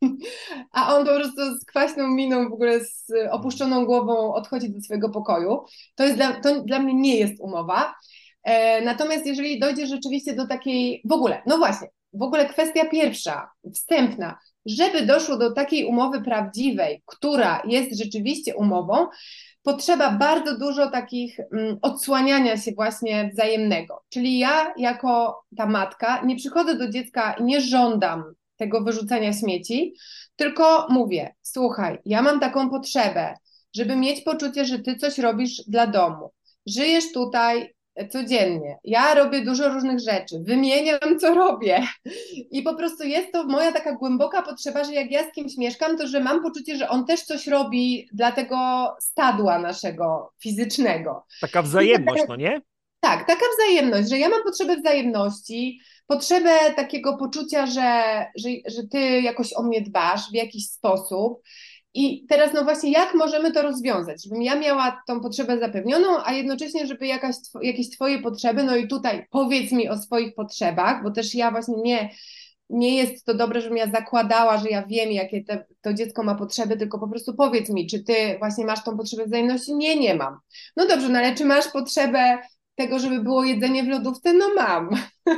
A on po prostu z kwaśną miną, w ogóle z opuszczoną głową odchodzi do swojego pokoju. To dla mnie nie jest umowa. Natomiast jeżeli dojdzie rzeczywiście do takiej, w ogóle, no właśnie, w ogóle kwestia pierwsza, wstępna, żeby doszło do takiej umowy prawdziwej, która jest rzeczywiście umową, potrzeba bardzo dużo takich odsłaniania się właśnie wzajemnego. Czyli ja jako ta matka nie przychodzę do dziecka i nie żądam tego wyrzucania śmieci, tylko mówię, słuchaj, ja mam taką potrzebę, żeby mieć poczucie, że ty coś robisz dla domu. Żyjesz tutaj codziennie. Ja robię dużo różnych rzeczy, wymieniam, co robię. I po prostu jest to moja taka głęboka potrzeba, że jak ja z kimś mieszkam, to że mam poczucie, że on też coś robi dla tego stadła naszego fizycznego. Taka wzajemność, no nie? Tak, taka wzajemność, że ja mam potrzebę wzajemności, potrzebę takiego poczucia, że ty jakoś o mnie dbasz w jakiś sposób. I teraz no właśnie, jak możemy to rozwiązać, żebym ja miała tą potrzebę zapewnioną, a jednocześnie, żeby jakieś twoje potrzeby, no i tutaj powiedz mi o swoich potrzebach, bo też ja właśnie nie jest to dobre, żebym ja zakładała, że ja wiem, jakie to dziecko ma potrzeby, tylko po prostu powiedz mi, czy ty właśnie masz tą potrzebę wzajemności? Nie, nie mam. No dobrze, no ale czy masz potrzebę tego, żeby było jedzenie w lodówce? No mam.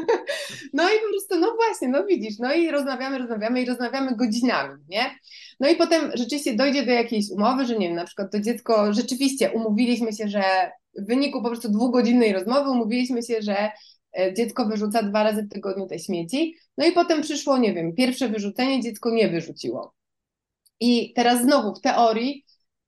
No i po prostu, no właśnie, no widzisz, no i rozmawiamy godzinami, nie? No i potem rzeczywiście dojdzie do jakiejś umowy, że nie wiem, na przykład to dziecko, rzeczywiście umówiliśmy się, że w wyniku po prostu 2-godzinnej rozmowy umówiliśmy się, że dziecko wyrzuca 2 razy w tygodniu te śmieci, no i potem przyszło, nie wiem, pierwsze wyrzucenie, dziecko nie wyrzuciło. I teraz znowu w teorii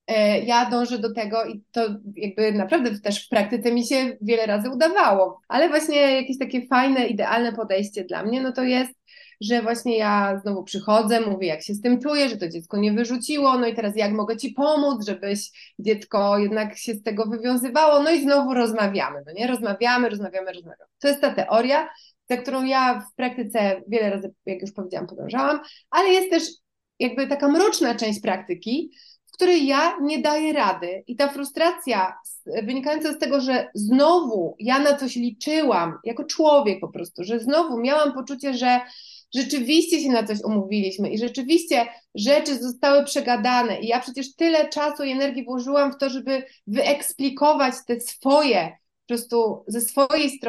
ja dążę do tego i to jakby naprawdę też w praktyce mi się wiele razy udawało, ale właśnie jakieś takie fajne, idealne podejście dla mnie, no to jest, że właśnie ja znowu przychodzę, mówię jak się z tym czuję, że to dziecko nie wyrzuciło, no i teraz jak mogę ci pomóc, żebyś dziecko jednak się z tego wywiązywało, no i znowu rozmawiamy, no nie, rozmawiamy. To jest ta teoria, za którą ja w praktyce wiele razy, jak już powiedziałam, podążałam, ale jest też jakby taka mroczna część praktyki, w której ja nie daję rady i ta frustracja wynikająca z tego, że znowu ja na coś liczyłam, jako człowiek po prostu, że znowu miałam poczucie, że rzeczywiście się na coś umówiliśmy i rzeczywiście rzeczy zostały przegadane i ja przecież tyle czasu i energii włożyłam w to, żeby wyeksplikować te swoje, po prostu ze swojej strony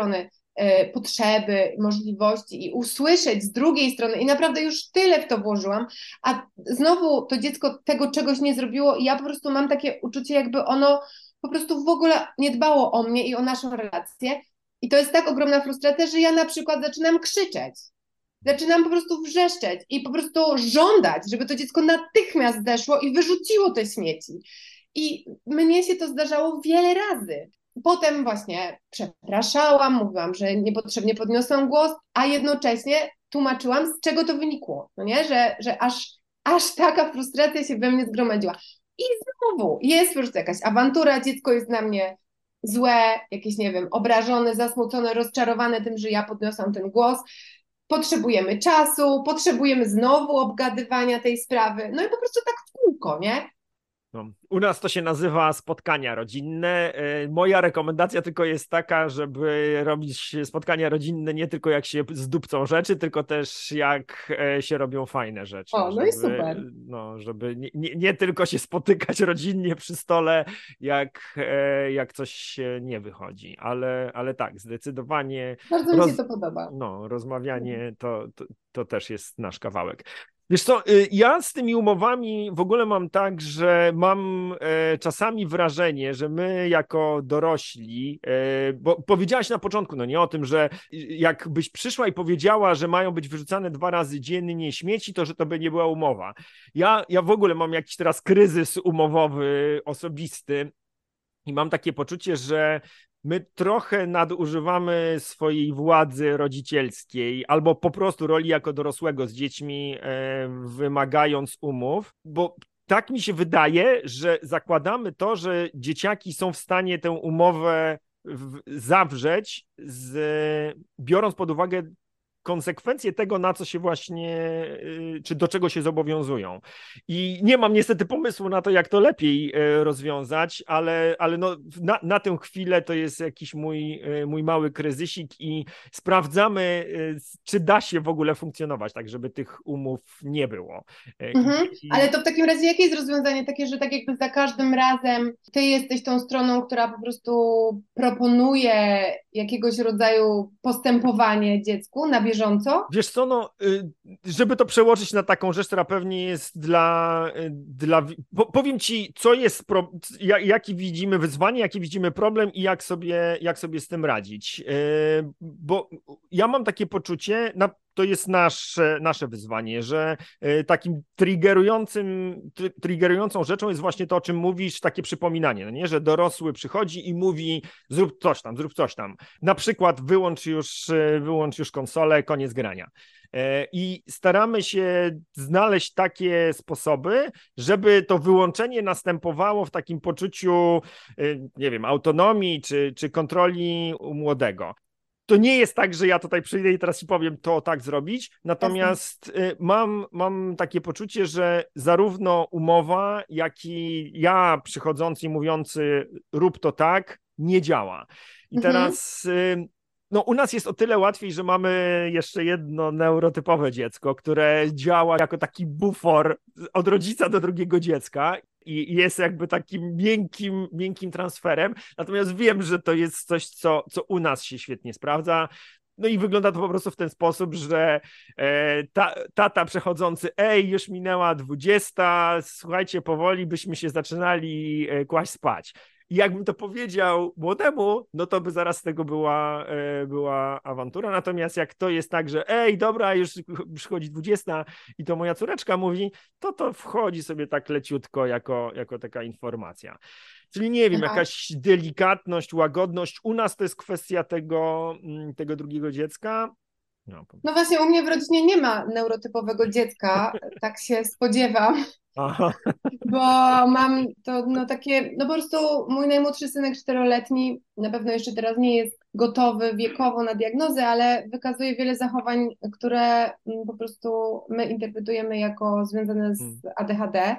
potrzeby, możliwości i usłyszeć z drugiej strony i naprawdę już tyle w to włożyłam, a znowu to dziecko tego czegoś nie zrobiło i ja po prostu mam takie uczucie, jakby ono po prostu w ogóle nie dbało o mnie i o naszą relację i to jest tak ogromna frustracja, że ja na przykład zaczynam krzyczeć. Zaczynam po prostu wrzeszczeć i po prostu żądać, żeby to dziecko natychmiast zeszło i wyrzuciło te śmieci. I mnie się to zdarzało wiele razy. Potem właśnie przepraszałam, mówiłam, że niepotrzebnie podniosłam głos, a jednocześnie tłumaczyłam, z czego to wynikło. No nie? Że aż taka frustracja się we mnie zgromadziła. I znowu jest po prostu jakaś awantura, dziecko jest na mnie złe, jakieś, nie wiem, obrażone, zasmucone, rozczarowane tym, że ja podniosłam ten głos. Potrzebujemy czasu, potrzebujemy znowu obgadywania tej sprawy. No i po prostu tak w kółko, nie? No, u nas to się nazywa spotkania rodzinne. Moja rekomendacja tylko jest taka, żeby robić spotkania rodzinne nie tylko jak się zdupcą rzeczy, tylko też jak się robią fajne rzeczy. O, no i super. No, żeby nie tylko się spotykać rodzinnie przy stole, jak coś nie wychodzi, ale tak, zdecydowanie Bardzo mi się to podoba. no, rozmawianie to też jest nasz kawałek. Wiesz co, ja z tymi umowami w ogóle mam tak, że mam czasami wrażenie, że my jako dorośli, bo powiedziałaś na początku, no nie o tym, że jakbyś przyszła i powiedziała, że mają być wyrzucane 2 razy dziennie śmieci, to że to by nie była umowa. Ja w ogóle mam jakiś teraz kryzys umowowy, osobisty i mam takie poczucie, że my trochę nadużywamy swojej władzy rodzicielskiej albo po prostu roli jako dorosłego z dziećmi, wymagając umów, bo tak mi się wydaje, że zakładamy to, że dzieciaki są w stanie tę umowę zawrzeć, biorąc pod uwagę konsekwencje tego, na co się właśnie, czy do czego się zobowiązują. I nie mam niestety pomysłu na to, jak to lepiej rozwiązać, ale no, na tę chwilę to jest jakiś mój mały kryzysik i sprawdzamy, czy da się w ogóle funkcjonować, tak żeby tych umów nie było. Ale to w takim razie jakie jest rozwiązanie takie, że tak jakby za każdym razem ty jesteś tą stroną, która po prostu proponuje jakiegoś rodzaju postępowanie dziecku na bieżąco? Wiesz co, no, żeby to przełożyć na taką rzecz, która pewnie jest powiem ci, co jest, jaki widzimy wyzwanie, jaki widzimy problem i jak sobie z tym radzić. Bo ja mam takie poczucie, to jest nasze wyzwanie, że takim triggerującą rzeczą jest właśnie to, o czym mówisz, takie przypominanie, no nie? Że dorosły przychodzi i mówi zrób coś tam. Na przykład wyłącz już konsolę, koniec grania. I staramy się znaleźć takie sposoby, żeby to wyłączenie następowało w takim poczuciu, nie wiem, autonomii czy kontroli u młodego. To nie jest tak, że ja tutaj przyjdę i teraz ci powiem to tak zrobić, natomiast mam takie poczucie, że zarówno umowa, jak i ja przychodzący i mówiący rób to tak, nie działa. I teraz no, u nas jest o tyle łatwiej, że mamy jeszcze jedno neurotypowe dziecko, które działa jako taki bufor od rodzica do drugiego dziecka i jest jakby takim miękkim transferem. Natomiast wiem, że to jest coś, co u nas się świetnie sprawdza. No i wygląda to po prostu w ten sposób, że tata przechodzący, już minęła 20, słuchajcie, powoli byśmy się zaczynali kłaść spać. I jakbym to powiedział młodemu, no to by zaraz z tego była awantura. Natomiast jak to jest tak, że dobra, już przychodzi 20 i to moja córeczka mówi, to wchodzi sobie tak leciutko jako taka informacja. Czyli nie wiem, jakaś delikatność, łagodność. U nas to jest kwestia tego drugiego dziecka. No właśnie, u mnie w rodzinie nie ma neurotypowego dziecka, tak się spodziewam. Aha. Bo mam to takie, po prostu mój najmłodszy synek 4-letni na pewno jeszcze teraz nie jest gotowy wiekowo na diagnozę, ale wykazuje wiele zachowań, które po prostu my interpretujemy jako związane z ADHD.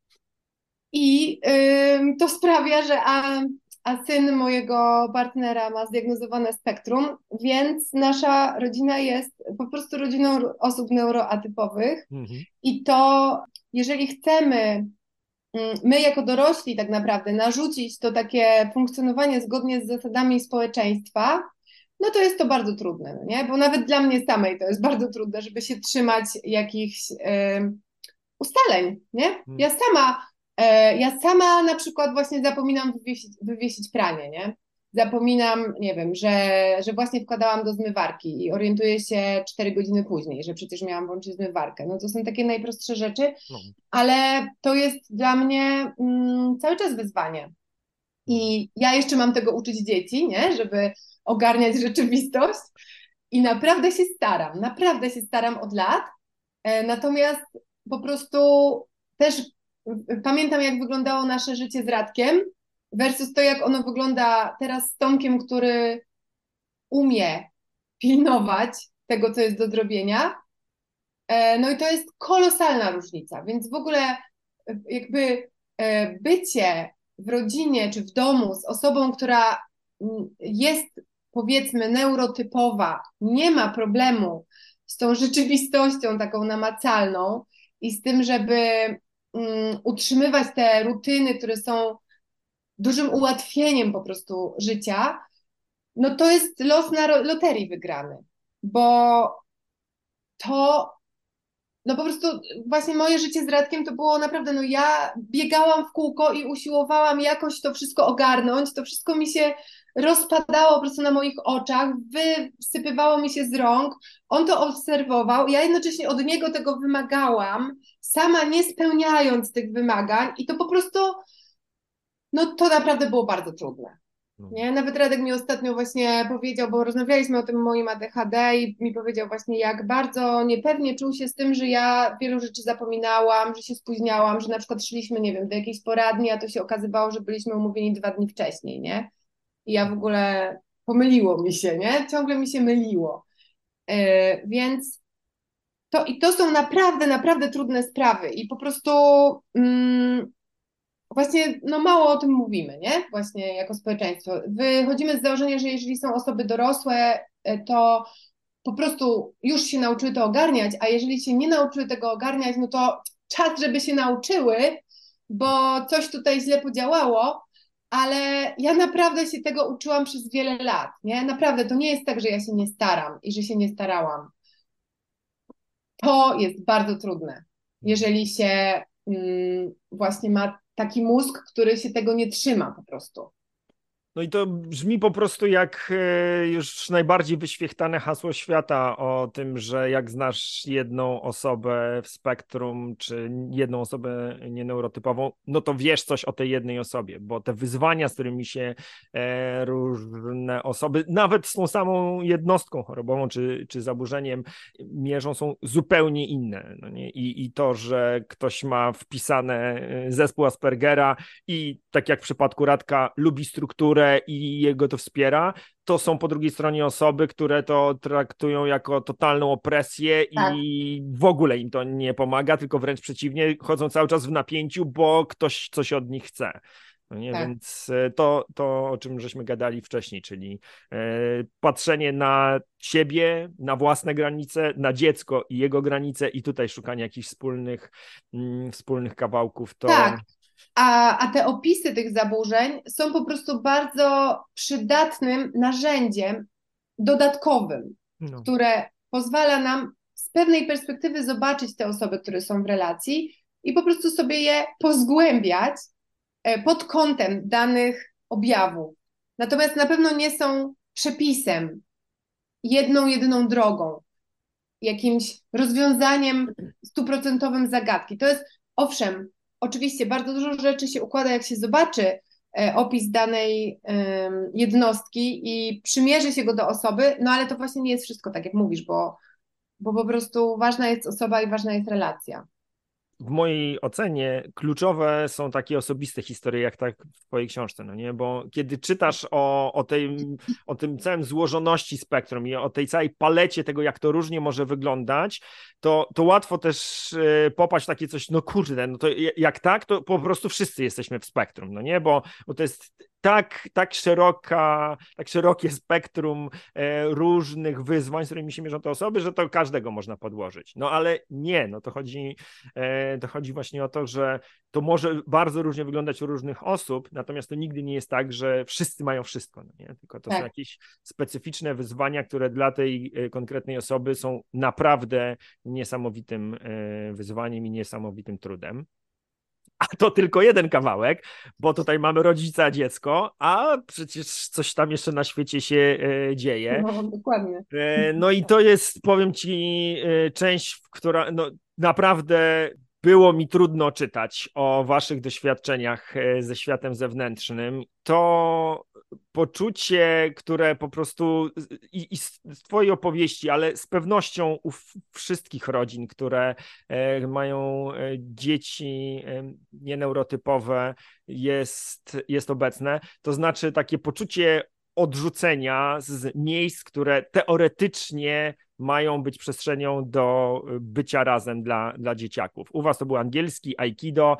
I to sprawia, że a syn mojego partnera ma zdiagnozowane spektrum, więc nasza rodzina jest po prostu rodziną osób neuroatypowych. I to, jeżeli chcemy my jako dorośli tak naprawdę narzucić to takie funkcjonowanie zgodnie z zasadami społeczeństwa, no to jest to bardzo trudne, no nie? Bo nawet dla mnie samej to jest bardzo trudne, żeby się trzymać jakichś ustaleń, nie? Ja sama na przykład właśnie zapominam wywiesić pranie, nie? Zapominam, nie wiem, że właśnie wkładałam do zmywarki i orientuję się 4 godziny później, że przecież miałam włączyć zmywarkę. No to są takie najprostsze rzeczy, No, ale to jest dla mnie cały czas wyzwanie. no. I ja jeszcze mam tego uczyć dzieci, nie? Żeby ogarniać rzeczywistość. I naprawdę się staram od lat. Natomiast po prostu też pamiętam, jak wyglądało nasze życie z Radkiem versus to, jak ono wygląda teraz z Tomkiem, który umie pilnować tego, co jest do zrobienia. No i to jest kolosalna różnica, więc w ogóle jakby bycie w rodzinie czy w domu z osobą, która jest powiedzmy neurotypowa, nie ma problemu z tą rzeczywistością taką namacalną i z tym, żeby utrzymywać te rutyny, które są dużym ułatwieniem po prostu życia, no to jest los na loterii wygrany, bo to no po prostu właśnie moje życie z Radkiem to było naprawdę, no ja biegałam w kółko i usiłowałam jakoś to wszystko ogarnąć, to wszystko mi się rozpadało po prostu na moich oczach, wysypywało mi się z rąk, on to obserwował, ja jednocześnie od niego tego wymagałam, sama nie spełniając tych wymagań i to po prostu, no to naprawdę było bardzo trudne. No. Nie? Nawet Radek mi ostatnio właśnie powiedział, bo rozmawialiśmy o tym moim ADHD i mi powiedział właśnie, jak bardzo niepewnie czuł się z tym, że ja wielu rzeczy zapominałam, że się spóźniałam, że na przykład szliśmy, nie wiem, do jakiejś poradni, a to się okazywało, że byliśmy umówieni 2 dni wcześniej, nie? I ja w ogóle pomyliło mi się, nie? Ciągle mi się myliło. Więc to są naprawdę, naprawdę trudne sprawy i po prostu właśnie no mało o tym mówimy, nie? Właśnie jako społeczeństwo. Wychodzimy z założenia, że jeżeli są osoby dorosłe, to po prostu już się nauczyły to ogarniać, a jeżeli się nie nauczyły tego ogarniać, no to czas, żeby się nauczyły, bo coś tutaj źle podziałało, ale ja naprawdę się tego uczyłam przez wiele lat, nie? Naprawdę, to nie jest tak, że ja się nie staram i że się nie starałam. To jest bardzo trudne, jeżeli się właśnie ma taki mózg, który się tego nie trzyma po prostu. No i to brzmi po prostu jak już najbardziej wyświechtane hasło świata o tym, że jak znasz jedną osobę w spektrum, czy jedną osobę nieneurotypową, no to wiesz coś o tej jednej osobie, bo te wyzwania, z którymi się różne osoby, nawet z tą samą jednostką chorobową czy zaburzeniem mierzą, są zupełnie inne. No nie? I to, że ktoś ma wpisane zespół Aspergera i tak jak w przypadku Radka lubi strukturę, i jego to wspiera, to są po drugiej stronie osoby, które to traktują jako totalną opresję Tak, i w ogóle im to nie pomaga, tylko wręcz przeciwnie, chodzą cały czas w napięciu, bo ktoś coś od nich chce. No nie? tak. Więc to, o czym żeśmy gadali wcześniej, czyli patrzenie na siebie, na własne granice, na dziecko i jego granice i tutaj szukanie jakichś wspólnych kawałków, to Tak. A te opisy tych zaburzeń są po prostu bardzo przydatnym narzędziem dodatkowym, no. które pozwala nam z pewnej perspektywy zobaczyć te osoby, które są w relacji i po prostu sobie je pozgłębiać pod kątem danych objawów. Natomiast na pewno nie są przepisem, jedną, jedyną drogą, jakimś rozwiązaniem stuprocentowym zagadki. To jest, owszem, oczywiście bardzo dużo rzeczy się układa, jak się zobaczy opis danej jednostki i przymierzy się go do osoby, no ale to właśnie nie jest wszystko tak, jak mówisz, bo po prostu ważna jest osoba i ważna jest relacja. W mojej ocenie kluczowe są takie osobiste historie, jak tak w twojej książce, no nie? Bo kiedy czytasz o tym całym złożoności spektrum i o tej całej palecie tego, jak to różnie może wyglądać, to łatwo też popaść w takie coś, no kurde, no to jak tak, to po prostu wszyscy jesteśmy w spektrum, no nie? Bo to jest tak szerokie spektrum różnych wyzwań, z którymi się mierzą te osoby, że to każdego można podłożyć. No ale nie, no to chodzi właśnie o to, że to może bardzo różnie wyglądać u różnych osób, natomiast to nigdy nie jest tak, że wszyscy mają wszystko, no nie? Tylko to są jakieś specyficzne wyzwania, które dla tej konkretnej osoby są naprawdę niesamowitym wyzwaniem i niesamowitym trudem. A to tylko jeden kawałek, bo tutaj mamy rodzica, dziecko, a przecież coś tam jeszcze na świecie się dzieje. No, dokładnie. No i to jest, powiem ci, część, która no, naprawdę było mi trudno czytać o waszych doświadczeniach ze światem zewnętrznym. To poczucie, które po prostu i z twojej opowieści, ale z pewnością u wszystkich rodzin, które mają dzieci nieneurotypowe, jest obecne. To znaczy takie poczucie odrzucenia z miejsc, które teoretycznie mają być przestrzenią do bycia razem dla dzieciaków. U was to był angielski, aikido,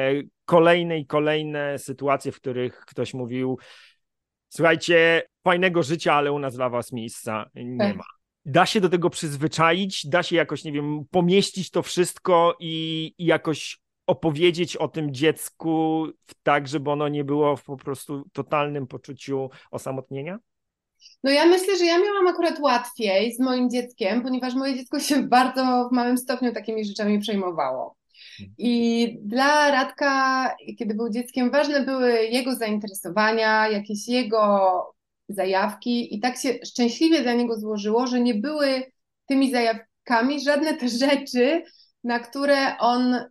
kolejne sytuacje, w których ktoś mówił: słuchajcie, fajnego życia, ale u nas dla was miejsca nie ma. Da się do tego przyzwyczaić, da się jakoś, nie wiem, pomieścić to wszystko i jakoś opowiedzieć o tym dziecku tak, żeby ono nie było w po prostu totalnym poczuciu osamotnienia? No ja myślę, że ja miałam akurat łatwiej z moim dzieckiem, ponieważ moje dziecko się bardzo w małym stopniu takimi rzeczami przejmowało. I dla Radka, kiedy był dzieckiem, ważne były jego zainteresowania, jakieś jego zajawki i tak się szczęśliwie dla niego złożyło, że nie były tymi zajawkami żadne te rzeczy, na które on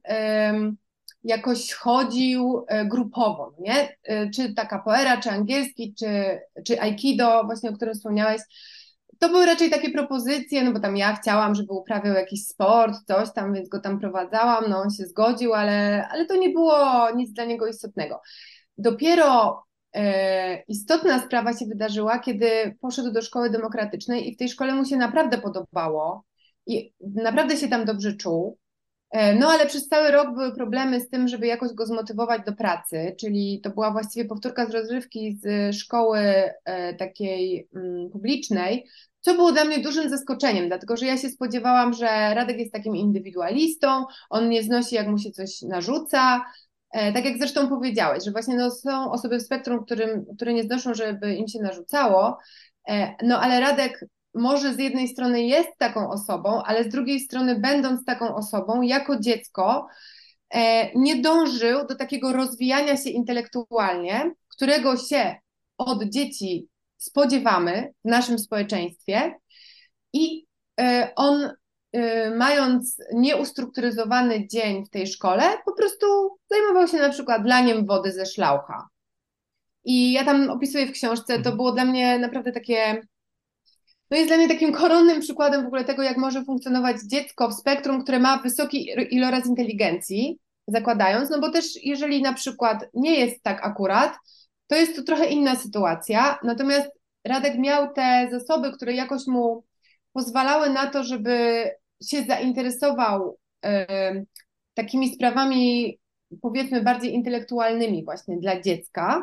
jakoś chodził grupowo, nie? Czy ta capoeira, czy angielski, czy aikido, właśnie o którym wspomniałeś. To były raczej takie propozycje, no bo tam ja chciałam, żeby uprawiał jakiś sport, coś tam, więc go tam prowadzałam, no on się zgodził, ale to nie było nic dla niego istotnego. Dopiero istotna sprawa się wydarzyła, kiedy poszedł do szkoły demokratycznej i w tej szkole mu się naprawdę podobało i naprawdę się tam dobrze czuł. No ale przez cały rok były problemy z tym, żeby jakoś go zmotywować do pracy, czyli to była właściwie powtórka z rozrywki z szkoły takiej publicznej, co było dla mnie dużym zaskoczeniem, dlatego że ja się spodziewałam, że Radek jest takim indywidualistą, on nie znosi, jak mu się coś narzuca, tak jak zresztą powiedziałeś, że właśnie no, są osoby w spektrum, które nie znoszą, żeby im się narzucało, no ale Radek może z jednej strony jest taką osobą, ale z drugiej strony, będąc taką osobą, jako dziecko, nie dążył do takiego rozwijania się intelektualnie, którego się od dzieci spodziewamy w naszym społeczeństwie i on, mając nieustrukturyzowany dzień w tej szkole, po prostu zajmował się na przykład laniem wody ze szlaucha. I ja tam opisuję w książce, to było dla mnie naprawdę takie... No jest dla mnie takim koronnym przykładem w ogóle tego, jak może funkcjonować dziecko w spektrum, które ma wysoki iloraz inteligencji, zakładając, no bo też jeżeli na przykład nie jest tak akurat, to jest to trochę inna sytuacja, natomiast Radek miał te zasoby, które jakoś mu pozwalały na to, żeby się zainteresował takimi sprawami, powiedzmy, bardziej intelektualnymi właśnie dla dziecka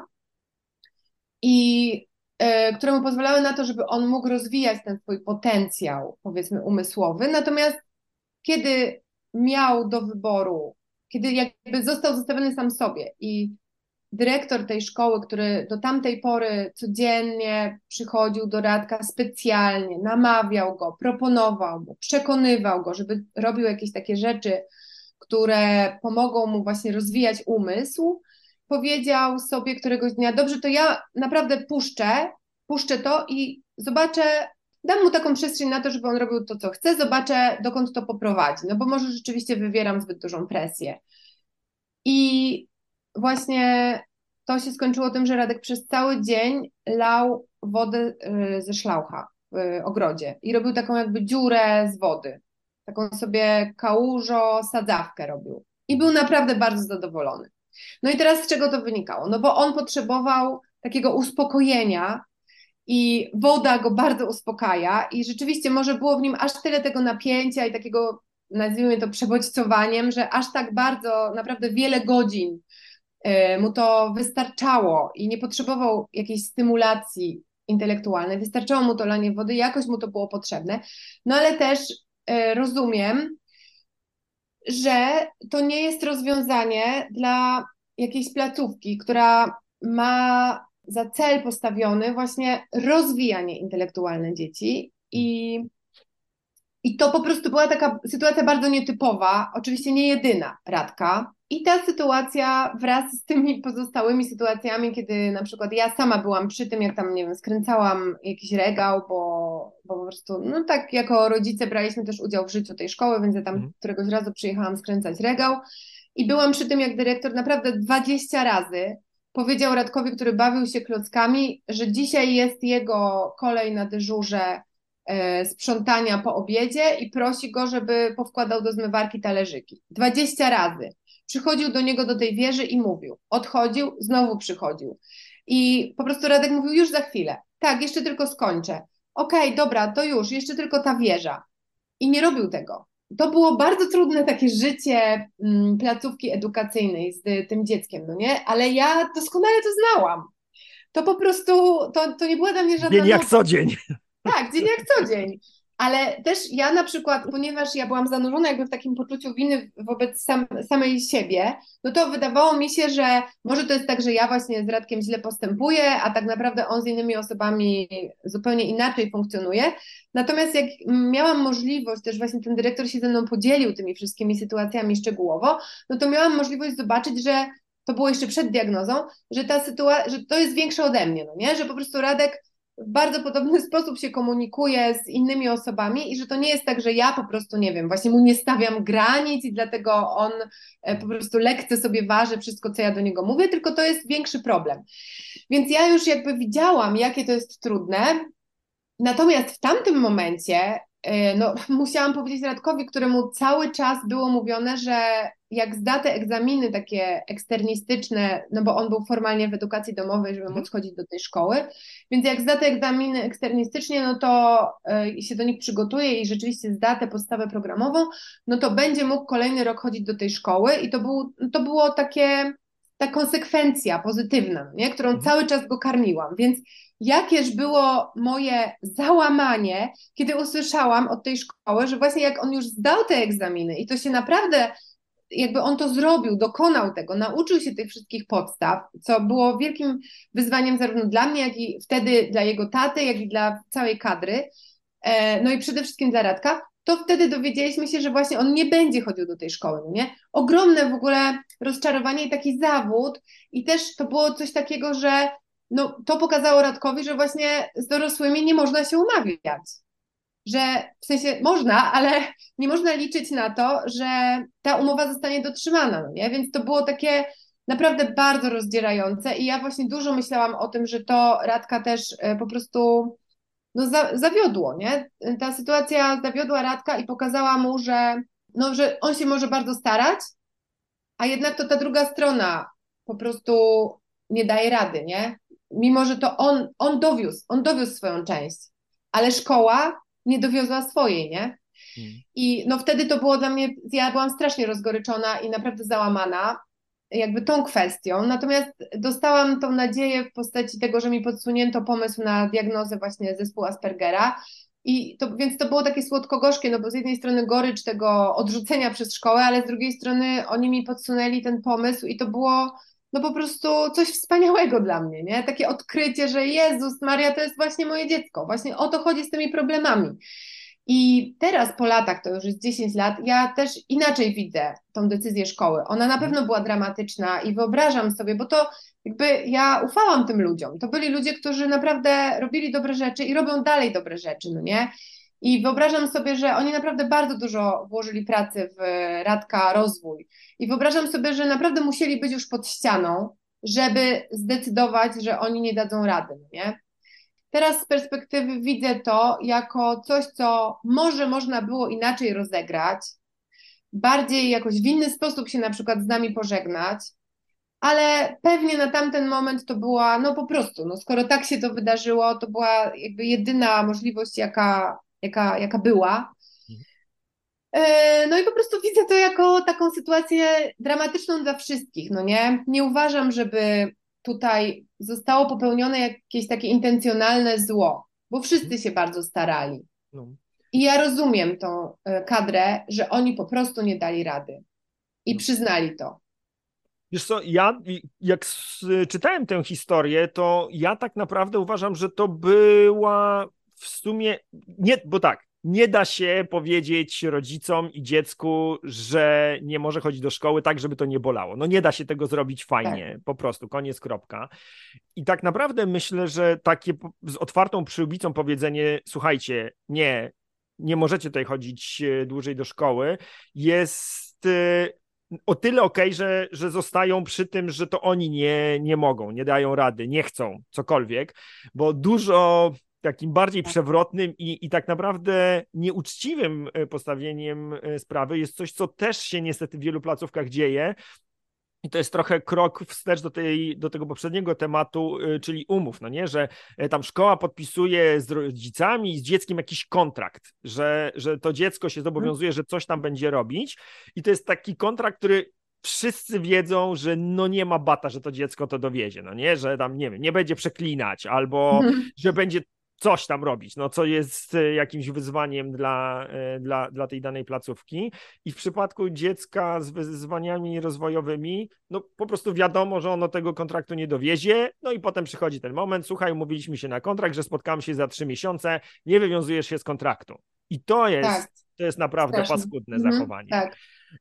i które mu pozwalały na to, żeby on mógł rozwijać ten swój potencjał, powiedzmy, umysłowy. Natomiast kiedy miał do wyboru, kiedy jakby został zostawiony sam sobie i dyrektor tej szkoły, który do tamtej pory codziennie przychodził do Radka specjalnie, namawiał go, proponował mu, przekonywał go, żeby robił jakieś takie rzeczy, które pomogą mu właśnie rozwijać umysł, powiedział sobie któregoś dnia: dobrze, to ja naprawdę puszczę to i zobaczę, dam mu taką przestrzeń na to, żeby on robił to, co chce, zobaczę, dokąd to poprowadzi, no bo może rzeczywiście wywieram zbyt dużą presję. I właśnie to się skończyło tym, że Radek przez cały dzień lał wodę ze szlaucha w ogrodzie i robił taką jakby dziurę z wody, taką sobie kałużo sadzawkę robił i był naprawdę bardzo zadowolony. No i teraz z czego to wynikało? No bo on potrzebował takiego uspokojenia i woda go bardzo uspokaja i rzeczywiście może było w nim aż tyle tego napięcia i takiego, nazwijmy to, przebodźcowaniem, że aż tak bardzo, naprawdę wiele godzin mu to wystarczało i nie potrzebował jakiejś stymulacji intelektualnej, wystarczało mu to lanie wody, jakoś mu to było potrzebne, no ale też rozumiem, że to nie jest rozwiązanie dla jakiejś placówki, która ma za cel postawiony właśnie rozwijanie intelektualne dzieci i to po prostu była taka sytuacja bardzo nietypowa, oczywiście nie jedyna Radka. I ta sytuacja wraz z tymi pozostałymi sytuacjami, kiedy na przykład ja sama byłam przy tym, jak tam, nie wiem, skręcałam jakiś regał, bo po prostu, no tak jako rodzice braliśmy też udział w życiu tej szkoły, więc ja tam któregoś razu przyjechałam skręcać regał i byłam przy tym, jak dyrektor naprawdę 20 razy powiedział Radkowi, który bawił się klockami, że dzisiaj jest jego kolej na dyżurze sprzątania po obiedzie i prosi go, żeby powkładał do zmywarki talerzyki. 20 razy. Przychodził do niego do tej wieży i mówił. Odchodził, znowu przychodził. I po prostu Radek mówił, już za chwilę. Tak, jeszcze tylko skończę. Okej, dobra, to już, jeszcze tylko ta wieża. I nie robił tego. To było bardzo trudne takie życie placówki edukacyjnej z tym dzieckiem, no nie? Ale ja doskonale to znałam. To po prostu, to nie była dla mnie żadna Dzień jak noc. co dzień. Tak, dzień jak co dzień. Ale też ja na przykład, ponieważ ja byłam zanurzona jakby w takim poczuciu winy wobec samej siebie, no to wydawało mi się, że może to jest tak, że ja właśnie z Radkiem źle postępuję, a tak naprawdę on z innymi osobami zupełnie inaczej funkcjonuje. Natomiast jak miałam możliwość, też właśnie ten dyrektor się ze mną podzielił tymi wszystkimi sytuacjami szczegółowo, no to miałam możliwość zobaczyć, że to było jeszcze przed diagnozą, że że to jest większe ode mnie, no nie? Że po prostu Radek w bardzo podobny sposób się komunikuje z innymi osobami i że to nie jest tak, że ja po prostu, nie wiem, właśnie mu nie stawiam granic i dlatego on po prostu lekce sobie waży wszystko, co ja do niego mówię, tylko to jest większy problem. Więc ja już jakby widziałam, jakie to jest trudne, natomiast w tamtym momencie no, musiałam powiedzieć Radkowi, któremu cały czas było mówione, że jak zda te egzaminy takie eksternistyczne, no bo on był formalnie w edukacji domowej, żeby móc chodzić do tej szkoły, więc jak zda te egzaminy eksternistycznie, no to się do nich przygotuje i rzeczywiście zda tę podstawę programową, no to będzie mógł kolejny rok chodzić do tej szkoły i to było ta konsekwencja pozytywna, nie? Którą cały czas go karmiłam, więc jakież było moje załamanie, kiedy usłyszałam od tej szkoły, że właśnie jak on już zdał te egzaminy i to się naprawdę, jakby on to zrobił, dokonał tego, nauczył się tych wszystkich podstaw, co było wielkim wyzwaniem zarówno dla mnie, jak i wtedy dla jego taty, jak i dla całej kadry, no i przede wszystkim dla Radka, to wtedy dowiedzieliśmy się, że właśnie on nie będzie chodził do tej szkoły, no nie? Ogromne w ogóle rozczarowanie i taki zawód i też to było coś takiego, że no, to pokazało Radkowi, że właśnie z dorosłymi nie można się umawiać. Że w sensie można, ale nie można liczyć na to, że ta umowa zostanie dotrzymana, no nie? Więc to było takie naprawdę bardzo rozdzierające i ja właśnie dużo myślałam o tym, że to Radka też po prostu no, zawiodło, nie? Ta sytuacja zawiodła Radka i pokazała mu, że, no, że on się może bardzo starać, a jednak to ta druga strona po prostu nie daje rady, nie? Mimo, że to on dowiózł swoją część, ale szkoła nie dowiozła swojej, nie? I no wtedy to było dla mnie, ja byłam strasznie rozgoryczona i naprawdę załamana jakby tą kwestią, natomiast dostałam tą nadzieję w postaci tego, że mi podsunięto pomysł na diagnozę właśnie zespołu Aspergera więc to było takie słodko-gorzkie, no bo z jednej strony gorycz tego odrzucenia przez szkołę, ale z drugiej strony oni mi podsunęli ten pomysł i to było no po prostu coś wspaniałego dla mnie, nie? Takie odkrycie, że Jezus Maria, to jest właśnie moje dziecko, właśnie o to chodzi z tymi problemami. I teraz po latach, to już jest 10 lat, ja też inaczej widzę tą decyzję szkoły. Ona na pewno była dramatyczna i wyobrażam sobie, bo to jakby ja ufałam tym ludziom. To byli ludzie, którzy naprawdę robili dobre rzeczy i robią dalej dobre rzeczy, no nie? I wyobrażam sobie, że oni naprawdę bardzo dużo włożyli pracy w Radka rozwój. I wyobrażam sobie, że naprawdę musieli być już pod ścianą, żeby zdecydować, że oni nie dadzą rady, no nie? Teraz z perspektywy widzę to jako coś, co może można było inaczej rozegrać, bardziej jakoś w inny sposób się na przykład z nami pożegnać, ale pewnie na tamten moment to była, no po prostu, no skoro tak się to wydarzyło, to była jakby jedyna możliwość, jaka była. No i po prostu widzę to jako taką sytuację dramatyczną dla wszystkich, no nie? Nie uważam, żeby tutaj zostało popełnione jakieś takie intencjonalne zło, bo wszyscy się bardzo starali. No. I ja rozumiem tą kadrę, że oni po prostu nie dali rady i No. przyznali to. Wiesz co, ja jak czytałem tę historię, to ja tak naprawdę uważam, że to była w sumie, nie, bo tak, nie da się powiedzieć rodzicom i dziecku, że nie może chodzić do szkoły tak, żeby to nie bolało. No nie da się tego zrobić Tak. fajnie, po prostu, koniec, kropka. I tak naprawdę myślę, że takie z otwartą przyłbicą powiedzenie, słuchajcie, nie możecie tutaj chodzić dłużej do szkoły, jest o tyle okej, że zostają przy tym, że to oni nie mogą, nie dają rady, nie chcą, cokolwiek, bo dużo takim bardziej przewrotnym i tak naprawdę nieuczciwym postawieniem sprawy jest coś, co też się niestety w wielu placówkach dzieje. I to jest trochę krok wstecz do tego poprzedniego tematu, czyli umów, no nie, że tam szkoła podpisuje z rodzicami, z dzieckiem jakiś kontrakt, że to dziecko się zobowiązuje, że coś tam będzie robić i to jest taki kontrakt, który wszyscy wiedzą, że no nie ma bata, że to dziecko to dowiezie, no nie, że tam, nie wiem, nie będzie przeklinać albo że będzie coś tam robić, no co jest jakimś wyzwaniem dla tej danej placówki. I w przypadku dziecka z wyzwaniami rozwojowymi, no po prostu wiadomo, że ono tego kontraktu nie dowiezie, no i potem przychodzi ten moment, słuchaj, umówiliśmy się na kontrakt, że spotkamy się za 3 miesiące, nie wywiązujesz się z kontraktu. I Tak, to jest naprawdę straszne. paskudne zachowanie. Tak.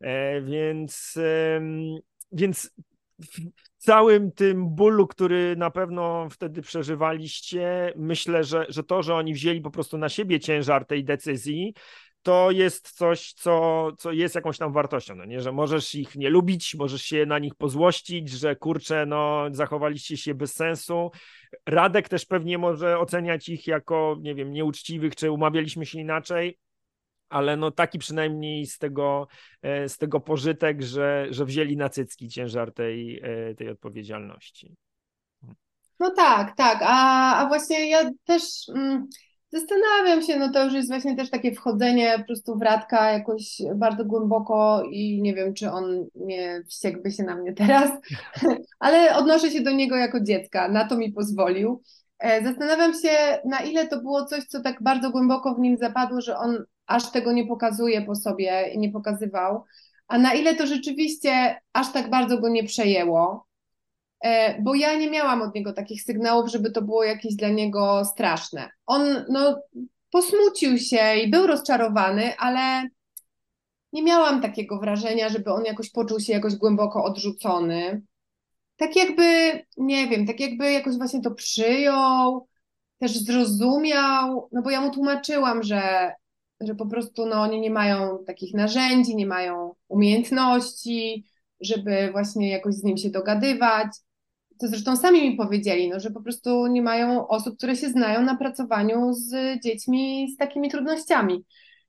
Więc w całym tym bólu, który na pewno wtedy przeżywaliście, myślę, że to, że oni wzięli po prostu na siebie ciężar tej decyzji, to jest coś, co jest jakąś tam wartością, no nie? Że możesz ich nie lubić, możesz się na nich pozłościć, że kurczę, no zachowaliście się bez sensu. Radek też pewnie może oceniać ich jako, nie wiem, nieuczciwych, czy umawialiśmy się inaczej, ale no taki przynajmniej z tego pożytek, że wzięli na cycki ciężar tej odpowiedzialności. No tak, tak. A właśnie ja też zastanawiam się, no to już jest właśnie też takie wchodzenie po prostu w Radka jakoś bardzo głęboko i nie wiem, czy on nie wściekłby się na mnie teraz, ale odnoszę się do niego jako dziecka, na to mi pozwolił. Zastanawiam się, na ile to było coś, co tak bardzo głęboko w nim zapadło, że on aż tego nie pokazuje po sobie i nie pokazywał, a na ile to rzeczywiście aż tak bardzo go nie przejęło. Bo ja nie miałam od niego takich sygnałów, żeby to było jakieś dla niego straszne. On no, posmucił się i był rozczarowany, ale nie miałam takiego wrażenia, żeby on jakoś poczuł się jakoś głęboko odrzucony. Tak jakby, nie wiem, tak jakby jakoś właśnie to przyjął, też zrozumiał, no bo ja mu tłumaczyłam, że po prostu no, oni nie mają takich narzędzi, nie mają umiejętności, żeby właśnie jakoś z nim się dogadywać. To zresztą sami mi powiedzieli, no, że po prostu nie mają osób, które się znają na pracowaniu z dziećmi z takimi trudnościami.